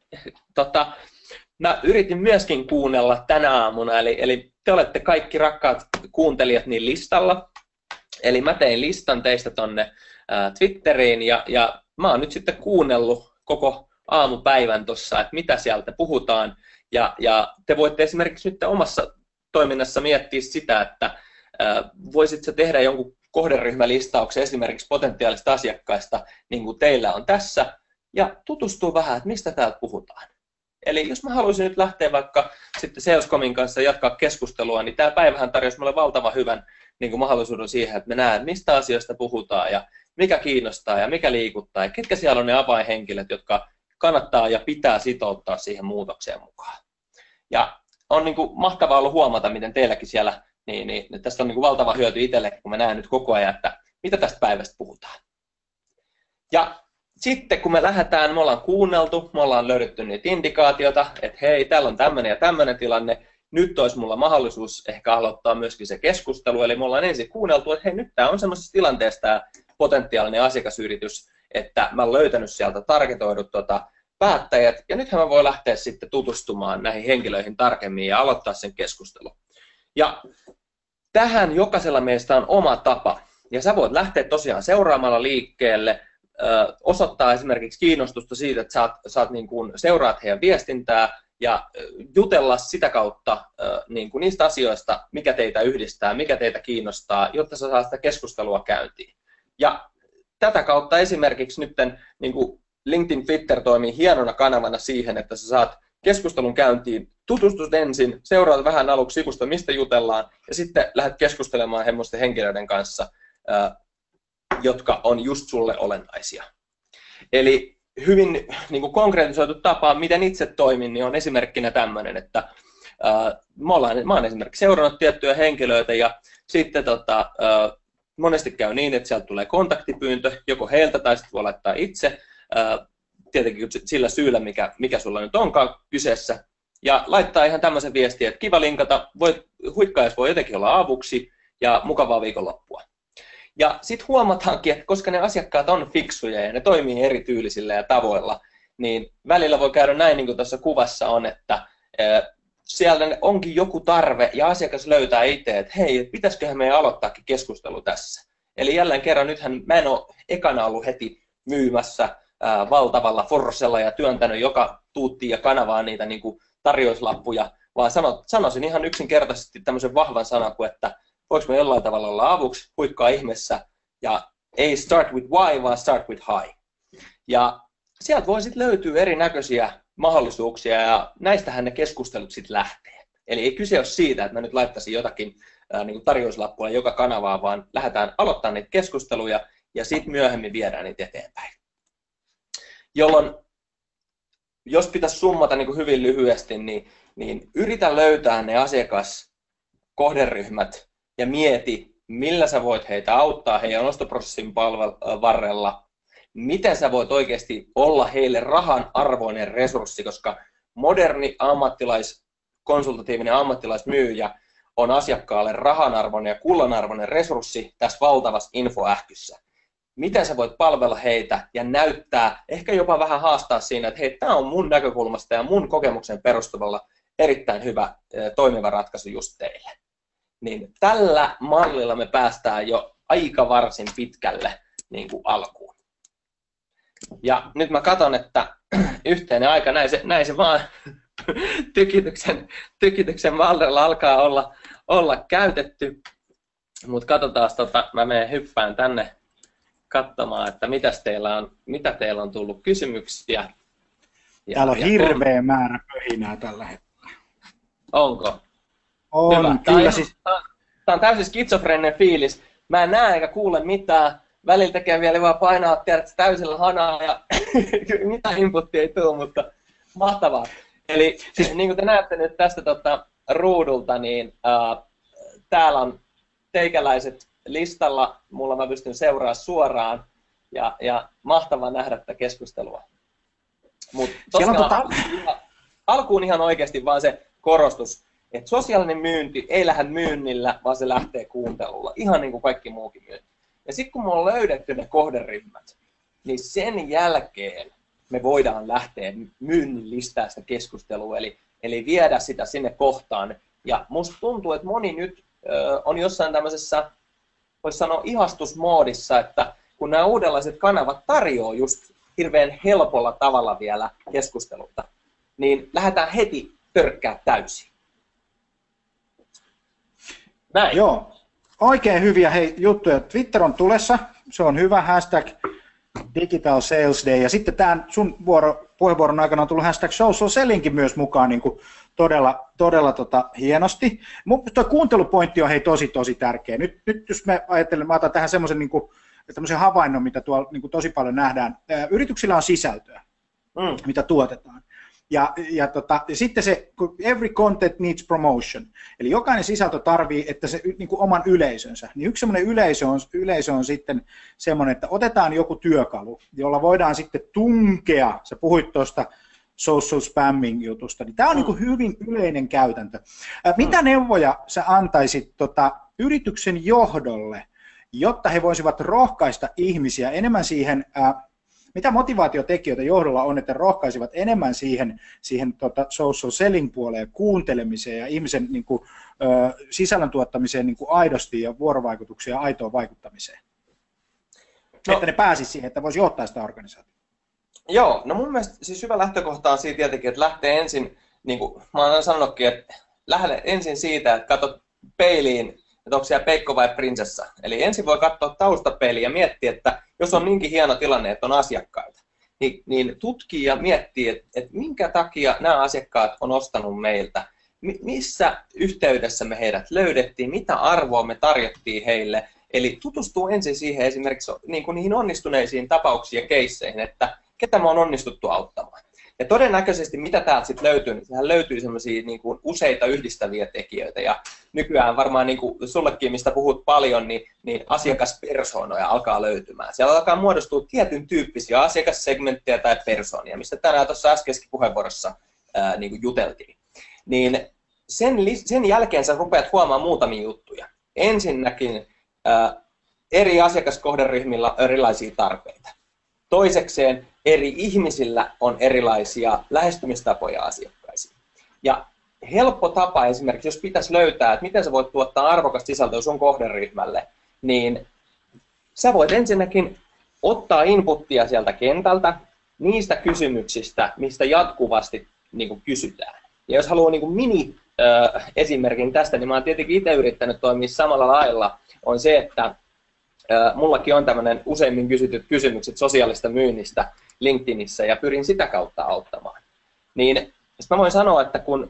mä yritin myöskin kuunnella tänä aamuna, eli te olette kaikki rakkaat kuuntelijat niin listalla. Eli mä tein listan teistä tonne Twitteriin ja mä oon nyt sitten kuunnellut koko aamupäivän tuossa, että mitä sieltä puhutaan. Ja te voitte esimerkiksi nyt omassa toiminnassa miettiä sitä, että voisit sä tehdä jonkun kohderyhmälistauksen esimerkiksi potentiaalista asiakkaista, niin kuin teillä on tässä, ja tutustua vähän, että mistä täältä puhutaan. Eli jos mä haluaisin nyt lähteä vaikka sitten Salescomin kanssa jatkaa keskustelua, niin tämä päivähän tarjosi mulle valtavan hyvän niin kuin mahdollisuuden siihen, että me näemme, mistä asioista puhutaan ja mikä kiinnostaa ja mikä liikuttaa ja ketkä siellä on ne avainhenkilöt, jotka kannattaa ja pitää sitouttaa siihen muutokseen mukaan. Ja on niin kuin mahtavaa ollut huomata, miten teilläkin siellä, niin tästä on niin kuin valtava hyöty itselle, kun mä näen nyt koko ajan, että mitä tästä päivästä puhutaan. Ja sitten kun me lähdetään, me ollaan kuunneltu, me ollaan löydetty niitä indikaatioita, että hei, täällä on tämmöinen ja tämmöinen tilanne, nyt olisi mulla mahdollisuus ehkä aloittaa myöskin se keskustelu, eli me ollaan ensin kuunneltu, että hei, nyt tämä on semmoisessa tilanteessa tämä potentiaalinen asiakasyritys, että mä oon löytänyt sieltä targetoidut päättäjät, ja nythän mä voin lähteä sitten tutustumaan näihin henkilöihin tarkemmin ja aloittaa sen keskustelun. Ja tähän jokaisella meistä on oma tapa, ja sä voit lähteä tosiaan seuraamalla liikkeelle, osoittaa esimerkiksi kiinnostusta siitä, että sä niin kuin seuraat heidän viestintää ja jutella sitä kautta niin kuin niistä asioista, mikä teitä yhdistää, mikä teitä kiinnostaa, jotta sä saat sitä keskustelua käyntiin. Ja tätä kautta esimerkiksi nyt niin kuin LinkedIn Twitter toimii hienona kanavana siihen, että sä saat keskustelun käyntiin, tutustut ensin, seuraat vähän aluksi sivusta, mistä jutellaan, ja sitten lähdet keskustelemaan semmoisten henkilöiden kanssa, jotka on just sulle olennaisia. Eli hyvin niin kuin konkretisoitu tapa, miten itse toimin, niin on esimerkkinä tämmöinen, että mä oon esimerkiksi seurannut tiettyjä henkilöitä, ja sitten monesti käy niin, että sieltä tulee kontaktipyyntö, joko heiltä tai sitten voi laittaa itse, tietenkin sillä syyllä, mikä sulla nyt onkaan kyseessä, ja laittaa ihan tämmöisen viestin, että kiva linkata, huikkaajassa voi jotenkin olla avuksi, ja mukavaa viikonloppua. Ja sitten huomataankin, että koska ne asiakkaat on fiksuja ja ne toimii erityylisillä ja tavoilla, niin välillä voi käydä näin, niin kuin tuossa kuvassa on, että siellä onkin joku tarve ja asiakas löytää itse, että hei, pitäisiköhän meidän aloittaakin keskustelu tässä. Eli jälleen kerran, nythän mä en ole ekana ollut heti myymässä valtavalla forcella ja työntänyt joka tuuttiin ja kanavaan niitä niin kuin tarjouslappuja, vaan sanoisin ihan yksinkertaisesti tämmöisen vahvan sanan kuin, että voiko me jollain tavalla olla avuksi, huikkaa ihmeessä, ja ei start with why, vaan start with high. Ja sieltä voi sitten löytyä erinäköisiä mahdollisuuksia, ja näistähän ne keskustelut sitten lähtee. Eli ei kyse ole siitä, että mä nyt laittaisin jotakin niin tarjouslappuja joka kanavaan, vaan lähdetään aloittamaan niitä keskusteluja, ja sitten myöhemmin viedään niitä eteenpäin. jolloin jos pitäisi summata niin kuin hyvin lyhyesti, niin yritä löytää ne asiakaskohderyhmät ja mieti, millä sä voit heitä auttaa heidän ostoprosessin varrella, miten sä voit oikeasti olla heille rahan arvoinen resurssi, koska moderni konsultatiivinen ammattilaismyyjä on asiakkaalle rahanarvoinen ja kullanarvoinen resurssi tässä valtavassa infoähkyssä. Miten sä voit palvella heitä ja näyttää, ehkä jopa vähän haastaa siinä, että hei, tämä on mun näkökulmasta ja mun kokemuksen perustuvalla erittäin hyvä toimiva ratkaisu just teille. Niin tällä mallilla me päästään jo aika varsin pitkälle niin kuin alkuun. Ja nyt mä katson, että yhteinen aika, näin se vaan tykityksen mallilla alkaa olla käytetty. Mutta katsotaan, mä hyppään tänne katsomaan, että mitä teillä on tullut kysymyksiä. Täällä on hirveä määrä pöhinää tällä hetkellä. Onko? On, hyvä. kyllä Tämä on täysin skitsofreeninen fiilis. Mä en näe eikä kuule mitään. Välillä tekee vielä vaan painaa täysillä hanaa ja mitään inputtia ei tule, mutta mahtavaa. Eli niin kuin te näette nyt tästä ruudulta, niin täällä on teikäläiset listalla. Mulla mä pystyn seuraamaan suoraan ja mahtavaa nähdä tätä keskustelua. Mutta alkuun ihan oikeasti vaan se korostus, että sosiaalinen myynti ei lähde myynnillä, vaan se lähtee kuuntelulla. Ihan niin kuin kaikki muukin myynti. Ja sitten kun me on löydetty ne kohderyhmät, niin sen jälkeen me voidaan lähteä myynnin listaa sitä keskustelua, eli viedä sitä sinne kohtaan. Ja musta tuntuu, että moni nyt on jossain tämmöisessä, voisi sanoa ihastusmoodissa, että kun nämä uudenlaiset kanavat tarjoaa just hirveän helpolla tavalla vielä keskustelutta, niin lähdetään heti törkkää täysin. Näin. Joo, oikein hyviä juttuja. Twitter on tulessa, se on hyvä, hashtag Digital Sales Day, ja sitten tämän sun puheenvuoron aikana on tullut hashtag social sellingkin myös mukaan niin kuin todella hienosti. Mutta tuo kuuntelupointti on tosi tärkeä. Nyt jos mä otan tähän semmoisen niin tämmöisen havainnon, mitä tuolla niin kuin tosi paljon nähdään. Yrityksillä on sisältöä, mitä tuotetaan. Ja sitten se, every content needs promotion, eli jokainen sisältö tarvii, että se niin kuin oman yleisönsä, niin yksi semmoinen yleisö on sitten semmoinen, että otetaan joku työkalu, jolla voidaan sitten tunkea, sä puhuit tuosta social spamming jutusta, niin tämä on niin kuin hyvin yleinen käytäntö. Mitä neuvoja sä antaisit yrityksen johdolle, jotta he voisivat rohkaista ihmisiä enemmän siihen, mitä motivaatiotekijöitä johdolla on, että rohkaisivat enemmän siihen social selling puoleen, kuuntelemiseen ja ihmisen niin kuin, sisällön tuottamiseen niin kuin aidosti ja vuorovaikutukseen ja aitoon vaikuttamiseen? Että ne pääsisi siihen, että voisi johtaa sitä organisaatiota. Joo, no mun mielestä siis hyvä lähtökohta on siitä tietenkin, että lähtee ensin, niin kuin mä oon sanonutkin, että lähde ensin siitä, että katsot peiliin, että onko siellä peikko vai prinsessa. Eli ensin voi katsoa taustapeiliin ja miettiä, että jos on niinkin hieno tilanne, että on asiakkaita, niin tutkii ja miettii, että minkä takia nämä asiakkaat on ostanut meiltä, missä yhteydessä me heidät löydettiin, mitä arvoa me tarjottiin heille. Eli tutustuu ensin siihen esimerkiksi niin kuin niihin onnistuneisiin tapauksiin ja keisseihin, että ketä me on onnistuttu auttamaan. Ja todennäköisesti mitä täältä sitten löytyy, niin sehän löytyy semmoisia niin kuin useita yhdistäviä tekijöitä. Ja nykyään varmaan niin kuin sullekin, mistä puhut paljon, niin asiakaspersoonoja alkaa löytymään. Siellä alkaa muodostua tietyn tyyppisiä asiakassegmenttejä tai persoonia, mistä tänään tuossa äskeisessä puheenvuorossa niin kuin juteltiin. Niin sen jälkeen sä rupeat huomaamaan muutamia juttuja. Ensinnäkin eri asiakaskohderyhmillä on erilaisia tarpeita. Toisekseen eri ihmisillä on erilaisia lähestymistapoja asiakkaisiin. Ja helppo tapa esimerkiksi, jos pitäisi löytää, että miten sä voit tuottaa arvokasta sisältöä sun kohderyhmälle, niin sä voit ensinnäkin ottaa inputtia sieltä kentältä niistä kysymyksistä, mistä jatkuvasti niin kuin kysytään. Ja jos haluaa niin kuin mini-esimerkin tästä, niin mä oon tietenkin itse yrittänyt toimia samalla lailla, on se, että mullakin on tämmöinen useimmin kysytyt kysymykset sosiaalista myynnistä LinkedInissä ja pyrin sitä kautta auttamaan. Niin mä voin sanoa, että kun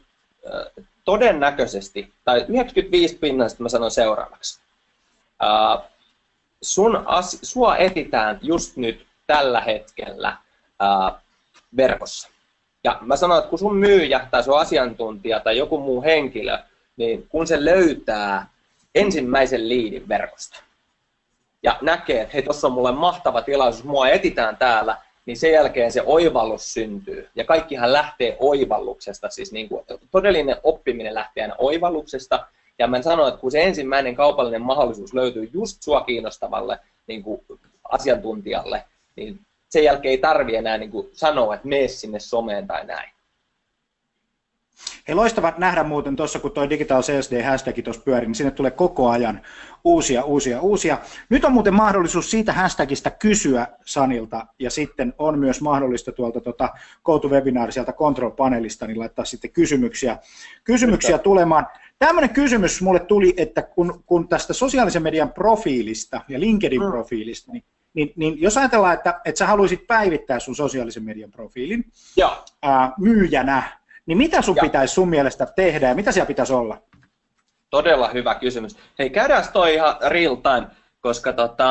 todennäköisesti, tai 95% mä sanon seuraavaksi, sua etsitään just nyt tällä hetkellä verkossa. Ja mä sanon, että kun sun myyjä tai sun asiantuntija tai joku muu henkilö, niin kun se löytää ensimmäisen liidin verkosta ja näkee, että hei, tuossa on mulle mahtava tilaisuus, mua etsitään täällä, niin sen jälkeen se oivallus syntyy. Ja kaikkihan lähtee oivalluksesta, siis niin kuin todellinen oppiminen lähtee aina oivalluksesta. Ja mä sanon, että kun se ensimmäinen kaupallinen mahdollisuus löytyy just sua kiinnostavalle niin kuin asiantuntijalle, niin sen jälkeen ei tarvitse enää niin kuin sanoa, että mene sinne someen tai näin. Hei, loistava nähdä muuten tuossa, kun tuo Digital Sales Day hashtag tuossa pyörii, niin sinne tulee koko ajan uusia. Nyt on muuten mahdollisuus siitä hashtagista kysyä Sanilta, ja sitten on myös mahdollista tuolta GoToWebinar sieltä Control-panelista, niin laittaa sitten kysymyksiä tulemaan. Tämmöinen kysymys mulle tuli, että kun tästä sosiaalisen median profiilista ja LinkedIn-profiilista, niin jos ajatellaan, että sä haluaisit päivittää sun sosiaalisen median profiilin myyjänä, niin mitä sun pitäisi sun mielestä tehdä ja mitä siellä pitäisi olla? Todella hyvä kysymys. Hei, käydään toi ihan real time, koska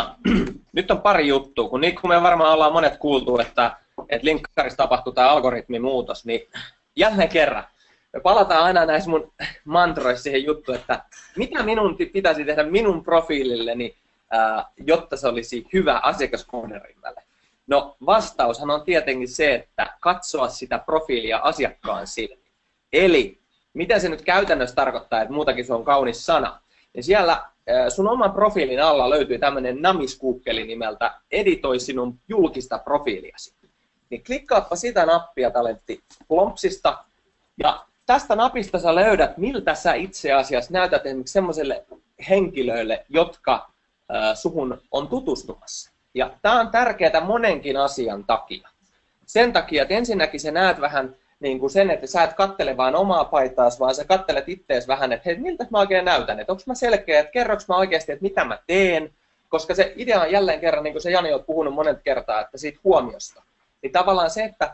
nyt on pari juttua. Kun me varmaan ollaan monet kuultu, että linkkarissa tapahtuu tämä algoritmimuutos, niin jälleen kerran me palataan aina näissä mun mantroissa siihen juttuun, että mitä minun pitäisi tehdä minun profiililleni, jotta se olisi hyvä asiakaskohderyhmälle. No vastaushan on tietenkin se, että katsoa sitä profiilia asiakkaan silmin. Eli miten se nyt käytännössä tarkoittaa, että muutakin se on kaunis sana. Ja siellä sun oman profiilin alla löytyy tämmöinen namiskuukkeli nimeltä editoi sinun julkista profiiliasi. Niin klikkaatpa sitä nappia talentti Plompsista ja tästä napista sä löydät, miltä sä itse asiassa näytät esimerkiksi semmoiselle henkilöille, jotka suhun on tutustumassa. Ja tämä on tärkeää monenkin asian takia. Sen takia, että ensinnäkin sä näet vähän niin kuin sen, että sä et kattele vaan omaa paitaas, vaan sä kattelet ittees vähän, että hei, miltä mä oikein näytän, että onko mä selkeä, että kerroks mä oikeasti, että mitä mä teen, koska se idea on jälleen kerran, niin kuin se Jani on puhunut monet kertaa, että siitä huomiosta. Niin tavallaan se, että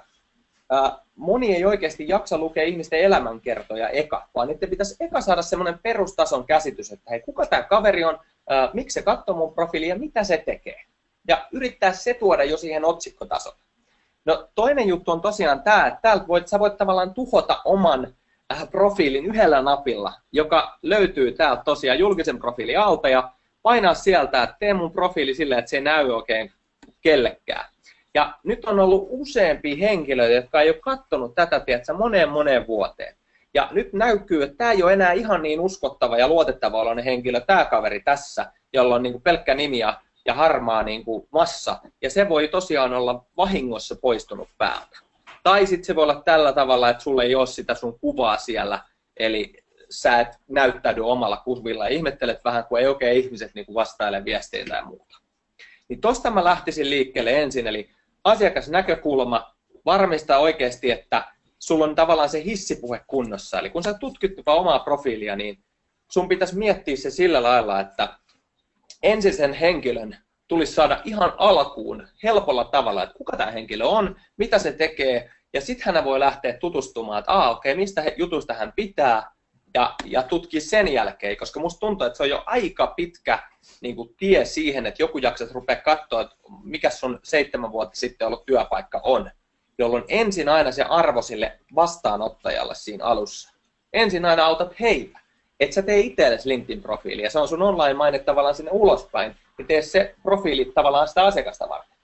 moni ei oikeasti jaksa lukea ihmisten elämänkertoja eka, vaan niiden pitäisi eka saada semmoinen perustason käsitys, että hei, kuka tämä kaveri on, miksi se katsoo mun profiilia ja mitä se tekee. Ja yrittää se tuoda jo siihen otsikkotasolle. No toinen juttu on tosiaan tämä, että täältä sä voit tavallaan tuhota oman profiilin yhdellä napilla, joka löytyy täältä tosiaan julkisen profiilin alta ja painaa sieltä, että tee mun profiili silleen, että se ei näy oikein kellekään. Ja nyt on ollut useampia henkilöitä, jotka ei ole katsonut tätä, tiedätkö, moneen vuoteen. Ja nyt näkyy, että tämä ei ole enää ihan niin uskottava ja luotettava oloinen henkilö, tämä kaveri tässä, jolla on niin kuin pelkkä nimi ja harmaa niin kuin massa. Ja se voi tosiaan olla vahingossa poistunut päältä. Tai sitten se voi olla tällä tavalla, että sulla ei ole sitä sun kuvaa siellä, eli sä et näyttäydy omalla kuvilla ja ihmettelet vähän, kun ei oikein ihmiset niin kuin vastaile viesteitä ja muuta. Niin tosta mä lähtisin liikkeelle ensin, eli asiakasnäkökulma varmistaa oikeasti, että sulla on tavallaan se hissipuhe kunnossa. Eli kun sä tutkit omaa profiilia, niin sun pitäisi miettiä se sillä lailla, että ensin sen henkilön tulisi saada ihan alkuun helpolla tavalla, että kuka tämä henkilö on, mitä se tekee, ja sitten hän voi lähteä tutustumaan, että okei, mistä jutusta hän pitää, ja tutkia sen jälkeen, koska musta tuntuu, että se on jo aika pitkä niin kuin tie siihen, että joku jaksat rupeaa katsoa, että mikä sun 7 vuotta sitten ollut työpaikka on, jolloin ensin aina se arvo sille vastaanottajalle siinä alussa. Ensin aina autat heitä, et sä tee itsellesi LinkedIn-profiili, ja se on sun online-maine tavallaan sinne ulospäin, niin tee se profiili tavallaan sitä asiakasta varten.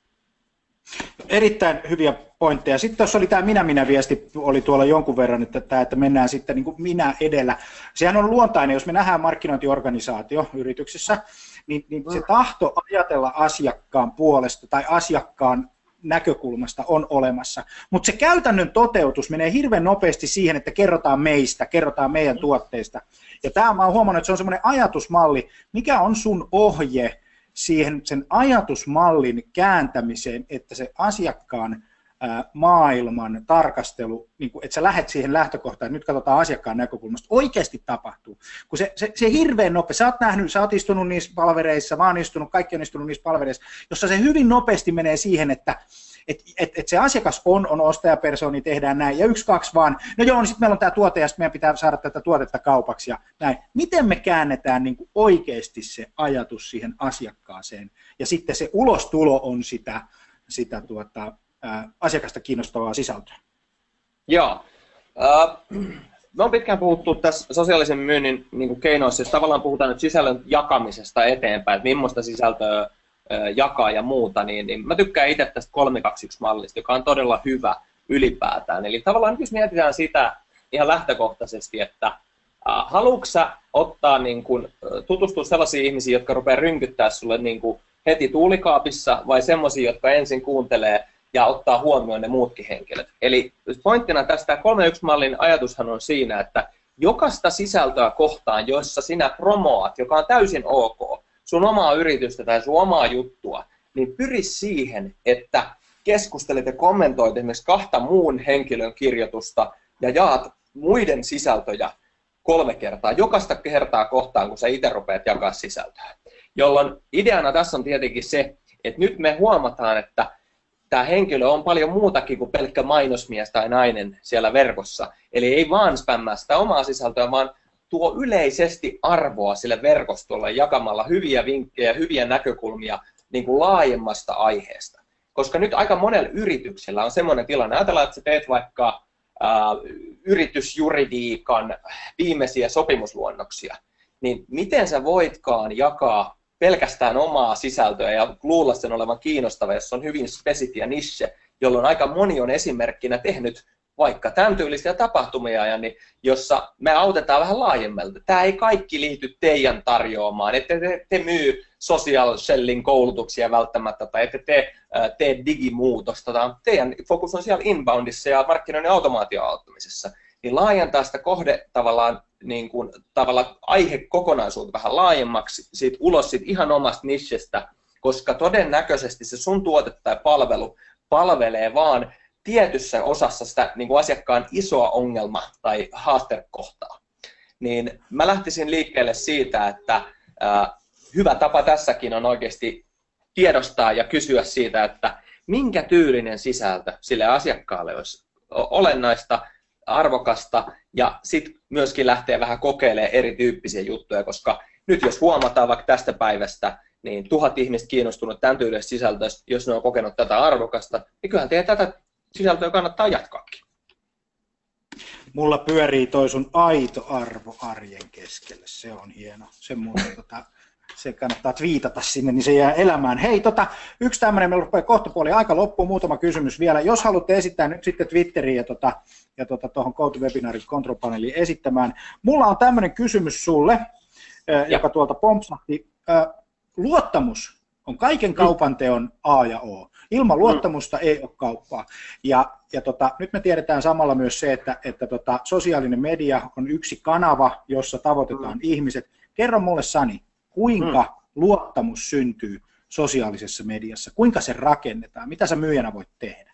Erittäin hyviä pointteja. Sitten tuossa oli tämä minä-viesti, oli tuolla jonkun verran, että mennään sitten niin kuin minä edellä. Sehän on luontainen, jos me nähdään markkinointiorganisaatio yrityksessä, niin se tahto ajatella asiakkaan puolesta tai asiakkaan näkökulmasta on olemassa. Mutta se käytännön toteutus menee hirveän nopeasti siihen, että kerrotaan meistä, kerrotaan meidän tuotteista. Ja tämä mä oon huomannut, että se on semmoinen ajatusmalli, mikä on sun ohje siihen sen ajatusmallin kääntämiseen, että se asiakkaan maailman tarkastelu, niin kun, että sä lähdet siihen lähtökohtaan, että nyt katsotaan asiakkaan näkökulmasta, oikeasti tapahtuu. Kun se hirveän nopea, sä oot istunut niissä palvereissa, mä oon istunut, kaikki on istunut niissä palvereissa, jossa se hyvin nopeasti menee siihen, että se asiakas on ostajapersoni, tehdään näin, ja 1, 2 vaan, no joo, niin sitten meillä on tämä tuote, ja sitten meidän pitää saada tätä tuotetta kaupaksi, ja näin. Miten me käännetään niin kuin oikeasti se ajatus siihen asiakkaaseen, ja sitten se ulostulo on sitä asiakasta kiinnostavaa sisältöä? Joo. Me on pitkään puhuttu tässä sosiaalisen myynnin niin keinoissa, jos tavallaan puhutaan nyt sisällön jakamisesta eteenpäin, että millaista sisältöä jakaa ja muuta, niin mä tykkään itse tästä 3-2-1-mallista, joka on todella hyvä ylipäätään. Eli tavallaan jos mietitään sitä ihan lähtökohtaisesti, että haluatko sä ottaa, niin kun, tutustua sellaisiin ihmisiin, jotka rupeaa rynkyttää sulle niin kun heti tuulikaapissa, vai semmoisia, jotka ensin kuuntelee ja ottaa huomioon ne muutkin henkilöt. Eli pointtina tästä 3-1-mallin ajatushan on siinä, että jokaista sisältöä kohtaan, jossa sinä promoat, joka on täysin ok, sun omaa yritystä tai sun omaa juttua, niin pyri siihen, että keskustelet ja kommentoit esimerkiksi 2 muun henkilön kirjoitusta ja jaat muiden sisältöjä 3 kertaa, jokaista kertaa kohtaan, kun sä itse rupeat jakaa sisältöä. Jolloin ideana tässä on tietenkin se, että nyt me huomataan, että tämä henkilö on paljon muutakin kuin pelkkä mainosmies tai nainen siellä verkossa. Eli ei vaan spämmää sitä omaa sisältöä, vaan tuo yleisesti arvoa sille verkostolle jakamalla hyviä vinkkejä, hyviä näkökulmia niin kuin laajemmasta aiheesta. Koska nyt aika monella yrityksellä on semmoinen tilanne, ajatellaan, että sä teet vaikka yritysjuridiikan viimeisiä sopimusluonnoksia, niin miten sä voitkaan jakaa pelkästään omaa sisältöä ja luulla sen olevan kiinnostava, jos on hyvin spesifiä niche, jolloin aika moni on esimerkkinä tehnyt vaikka tämän tyylisiä tapahtumia, niin jossa me autetaan vähän laajemmalta. Tämä ei kaikki liity teidän tarjoamaan, ette te myy social selling koulutuksia välttämättä tai ette te tee digimuutosta. Teidän fokus on siellä inboundissa ja markkinoinnin automaation auttamisessa. Niin laajentaa sitä tavallaan aihekokonaisuutta vähän laajemmaksi, siitä ulos siitä ihan omasta nichestä, koska todennäköisesti se sun tuote tai palvelu palvelee vaan tietyssä osassa sitä niin kuin asiakkaan isoa ongelma- tai haastekohtaa. Niin mä lähtisin liikkeelle siitä, että hyvä tapa tässäkin on oikeasti tiedostaa ja kysyä siitä, että minkä tyylinen sisältö sille asiakkaalle olisi olennaista, arvokasta, ja sitten myöskin lähtee vähän kokeilemaan erityyppisiä juttuja, koska nyt jos huomataan vaikka tästä päivästä, niin 1000 ihmistä kiinnostunut tämän tyylistä sisältöistä, jos ne on kokenut tätä arvokasta, niin kyllähän teidän tätä sisältöä kannattaa jatkaakin. Mulla pyörii toi sun aito arvo arjen keskelle, se on hieno. Se kannattaa twiitata sinne, niin se jää elämään. Hei, yksi tämmöinen, meillä rupeaa kohtapuoli aika loppuun, muutama kysymys vielä. Jos haluatte esittää nyt sitten Twitteriin ja tuohon GoToWebinarin control-paneeliin esittämään. Mulla on tämmöinen kysymys sulle, joka tuolta pompsahti. Luottamus on kaiken kaupanteon A ja O. Ilman luottamusta ei ole kauppaa. Ja nyt me tiedetään samalla myös se, että sosiaalinen media on yksi kanava, jossa tavoitetaan ihmiset. Kerro mulle, Sani, kuinka luottamus syntyy sosiaalisessa mediassa? Kuinka se rakennetaan? Mitä sä myyjänä voit tehdä?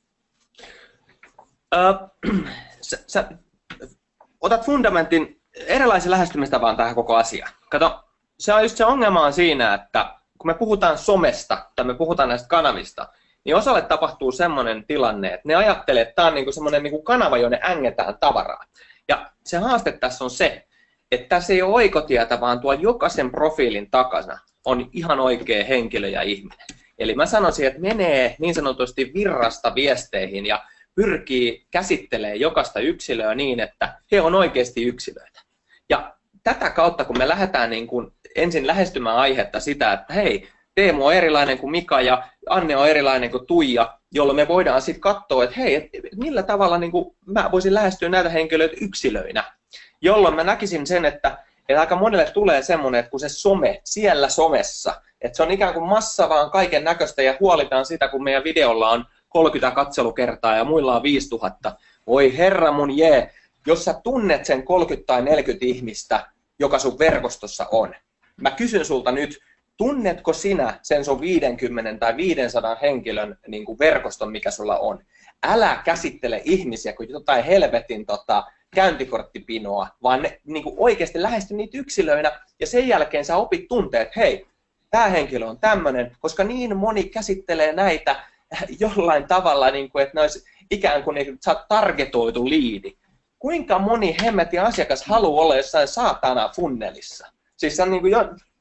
Sä otat fundamentin erilaisen lähestymistavan tähän koko asiaan. Kato, se on just se ongelma on siinä, että kun me puhutaan somesta tai me puhutaan näistä kanavista, niin osalle tapahtuu semmoinen tilanne, että ne ajattelee, että tämä on niinku semmoinen niinku kanava, jonne ängetään tavaraa. Ja se haaste tässä on se, että tässä ei ole oikotietä, vaan tuo jokaisen profiilin takana on ihan oikea henkilö ja ihminen. Eli mä sanoisin, että menee niin sanotusti virrasta viesteihin ja pyrkii käsittelemään jokaista yksilöä niin, että he on oikeasti yksilöitä. Ja tätä kautta, kun me lähdetään niin kuin ensin lähestymään aihetta sitä, että hei, Teemu on erilainen kuin Mika ja Anne on erilainen kuin Tuija, jolloin me voidaan sitten katsoa, että hei, millä tavalla niin kuin mä voisin lähestyä näitä henkilöitä yksilöinä. Jolloin mä näkisin sen, että aika monelle tulee semmoinen, että kun se some, siellä somessa, että se on ikään kuin massa vaan kaiken näköistä ja huolitaan sitä, kun meidän videolla on 30 katselukertaa ja muilla on 5000. Voi herra mun jee, jos sä tunnet sen 30 tai 40 ihmistä, joka sun verkostossa on. Mä kysyn sulta nyt, tunnetko sinä sen sun 50 tai 500 henkilön niin kuin verkoston, mikä sulla on? Älä käsittele ihmisiä kuin jotain helvetin käyntikorttipinoa, vaan ne, niin kuin oikeasti lähesty niitä yksilöinä ja sen jälkeen sä opit tuntea, että hei, tämä henkilö on tämmöinen, koska niin moni käsittelee näitä jollain tavalla, niin kuin, että ne olisi ikään kuin niin, sä oot targetoitu liidi. Kuinka moni hemmetin asiakas haluaa olla jossain saatana funnelissa? Siis se on niin kuin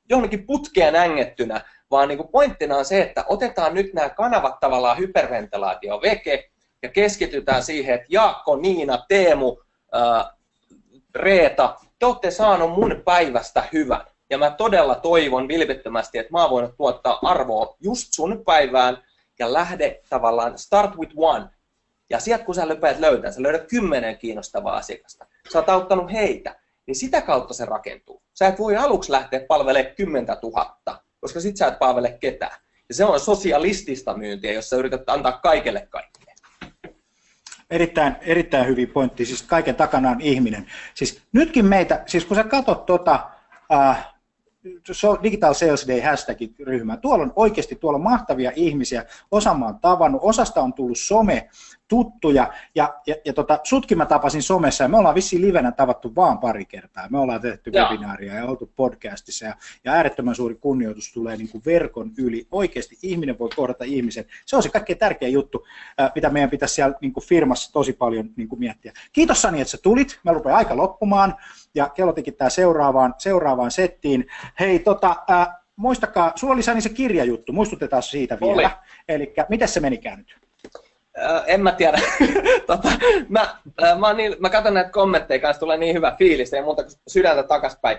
johonkin putkeen ängettynä, vaan niin kuin pointtina on se, että otetaan nyt nämä kanavat tavallaan hyperventilaatio veke ja keskitytään siihen, että Jaakko, Niina, Teemu, Reeta, te olette saanut mun päivästä hyvän. Ja mä todella toivon vilpittömästi, että mä oon voinut tuottaa arvoa just sun päivään ja lähde tavallaan start with one. Ja sieltä kun sä löydät löytää, sä löydät 10 kiinnostavaa asiakasta. Sä oot auttanut heitä, niin sitä kautta se rakentuu. Sä et voi aluksi lähteä palvelemaan 10 000, koska sit sä et palvele ketään. Ja se on sosialistista myyntiä, jos sä yrität antaa kaikelle kaikkea. Erittäin hyvin pointti. Siis kaiken takana on ihminen. Siis nytkin meitä, siis kun sä katsot Digital Sales Day #ryhmää. Tuolla on mahtavia ihmisiä, osa mä oon tavannut, osasta on tullut some-tuttuja, ja sutkin mä tapasin somessa, ja me ollaan vissiin livenä tavattu vaan pari kertaa. Me ollaan tehty webinaaria ja oltu podcastissa, ja äärettömän suuri kunnioitus tulee niin kuin verkon yli. Oikeasti ihminen voi kohdata ihmisen. Se on se kaikkein tärkein juttu, mitä meidän pitäisi siellä niin kuin firmassa tosi paljon niin kuin miettiä. Kiitos Sani, että sä tulit. Me rupeaa aika loppumaan, ja kello tikitää seuraavaan settiin. Hei, muistakaa, sulla oli Sani se kirjajuttu, muistutetaan siitä vielä. Eli miten se menikään nyt? En mä tiedä. Mä katson näitä kommentteja kanssa, tulee niin hyvä fiilis, ei muuta kuin sydäntä takaspäin.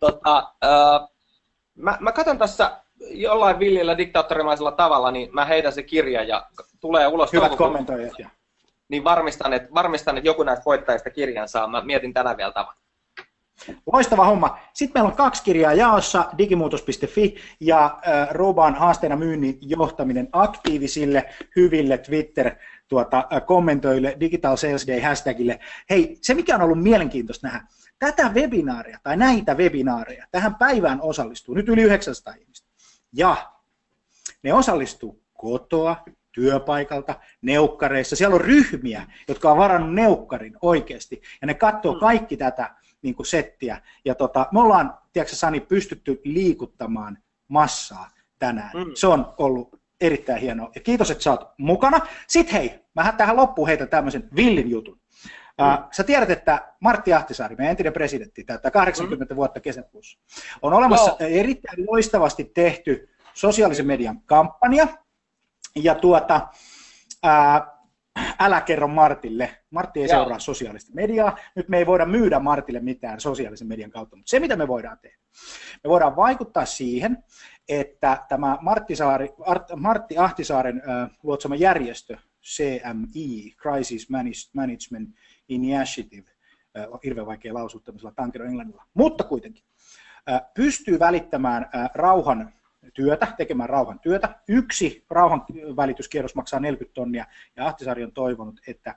Mä katson tässä jollain villillä diktaattorimaisella tavalla, niin mä heitän se kirja ja tulee ulos. Hyvät kommentoijat. Niin varmistan, että joku näistä voittajista kirjan saa. Mä mietin tänään vielä tavan. Loistava homma. Sitten meillä on 2 kirjaa jaossa, digimuutos.fi ja Roban haasteena myynnin johtaminen aktiivisille, hyville Twitter-kommentoille, Digital Sales Day #. Hei, se mikä on ollut mielenkiintoista nähdä, tätä webinaaria tai näitä webinaareja, tähän päivään osallistuu nyt yli 900 ihmistä. Ja ne osallistuu kotoa, työpaikalta, neukkareissa. Siellä on ryhmiä, jotka on varannut neukkarin oikeasti, ja ne katsoo kaikki tätä niin kuin settiä. Ja me ollaan, tiedätkö Sani, pystytty liikuttamaan massaa tänään. Se on ollut erittäin hienoa. Ja kiitos, että sä oot mukana. Sitten hei, mä tähän loppuun heitän tämmöisen villin jutun. Sä tiedät, että Martti Ahtisaari, meidän entinen presidentti, täyttää 80 vuotta kesäkuussa. On olemassa erittäin loistavasti tehty sosiaalisen median kampanja. Ja älä kerro Martille. Martti ei seuraa sosiaalista mediaa. Nyt me ei voida myydä Martille mitään sosiaalisen median kautta, mutta se mitä me voidaan tehdä. Me voidaan vaikuttaa siihen, että tämä Martti Ahtisaaren luotsama järjestö, CMI, Crisis Management Initiative, on hirveän vaikea lausua tämmöisellä tankeron englannilla, mutta kuitenkin, pystyy välittämään tekemään rauhan työtä. 1 rauhanvälityskierros maksaa 40 tonnia, ja Ahtisaari on toivonut, että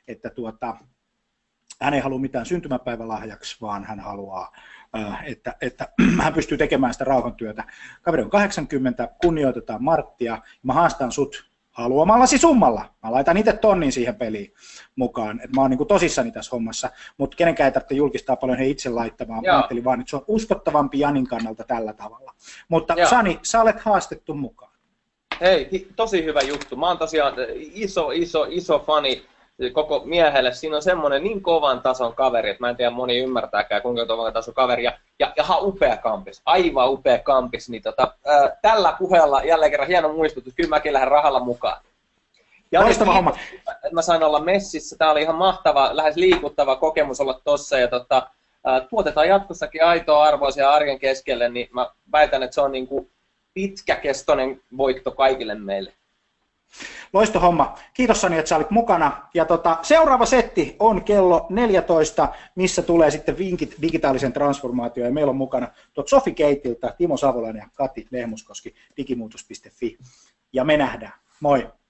hän ei halua mitään syntymäpäivälahjaksi, vaan hän haluaa, että hän pystyy tekemään sitä rauhantyötä. Kaveri on 80, kunnioitetaan Marttia, mä haastan sut haluamallasi summalla. Mä laitan itse tonnin siihen peliin mukaan, että mä oon niin kuin tosissani tässä hommassa, mutta kenenkään ei tarvitse julkistaa paljon he itse laittamaan. Mä ajattelin vaan, että se on uskottavampi Janin kannalta tällä tavalla. Mutta Sani, sä olet haastettu mukaan. Hei, tosi hyvä juttu. Mä oon tosiaan iso fani koko miehelle. Siinä on semmoinen niin kovan tason kaveri, että mä en tiedä moni ymmärtääkään kuinka kovan tason kaveri. Ja ihan upea kampis, aivan upea kampis. Niin tällä puheella jälleen kerran hieno muistutus, kyllä mäkin lähden rahalla mukaan. Ja loistava homma. Mä sain olla messissä, tää oli ihan mahtava, lähes liikuttava kokemus olla tossa. Ja tuotetaan jatkossakin aitoa arvoisia arjen keskelle, niin mä väitän, että se on niin kuin pitkäkestoinen voitto kaikille meille. Loisto homma. Kiitos Sani, että sä olit mukana. Ja seuraava setti on kello 14, missä tulee sitten vinkit digitaalisen transformaatioon. Ja meillä on mukana Sofi Keitiltä, Timo Savolainen ja Kati Lehmuskoski, digimuutos.fi. Ja me nähdään. Moi!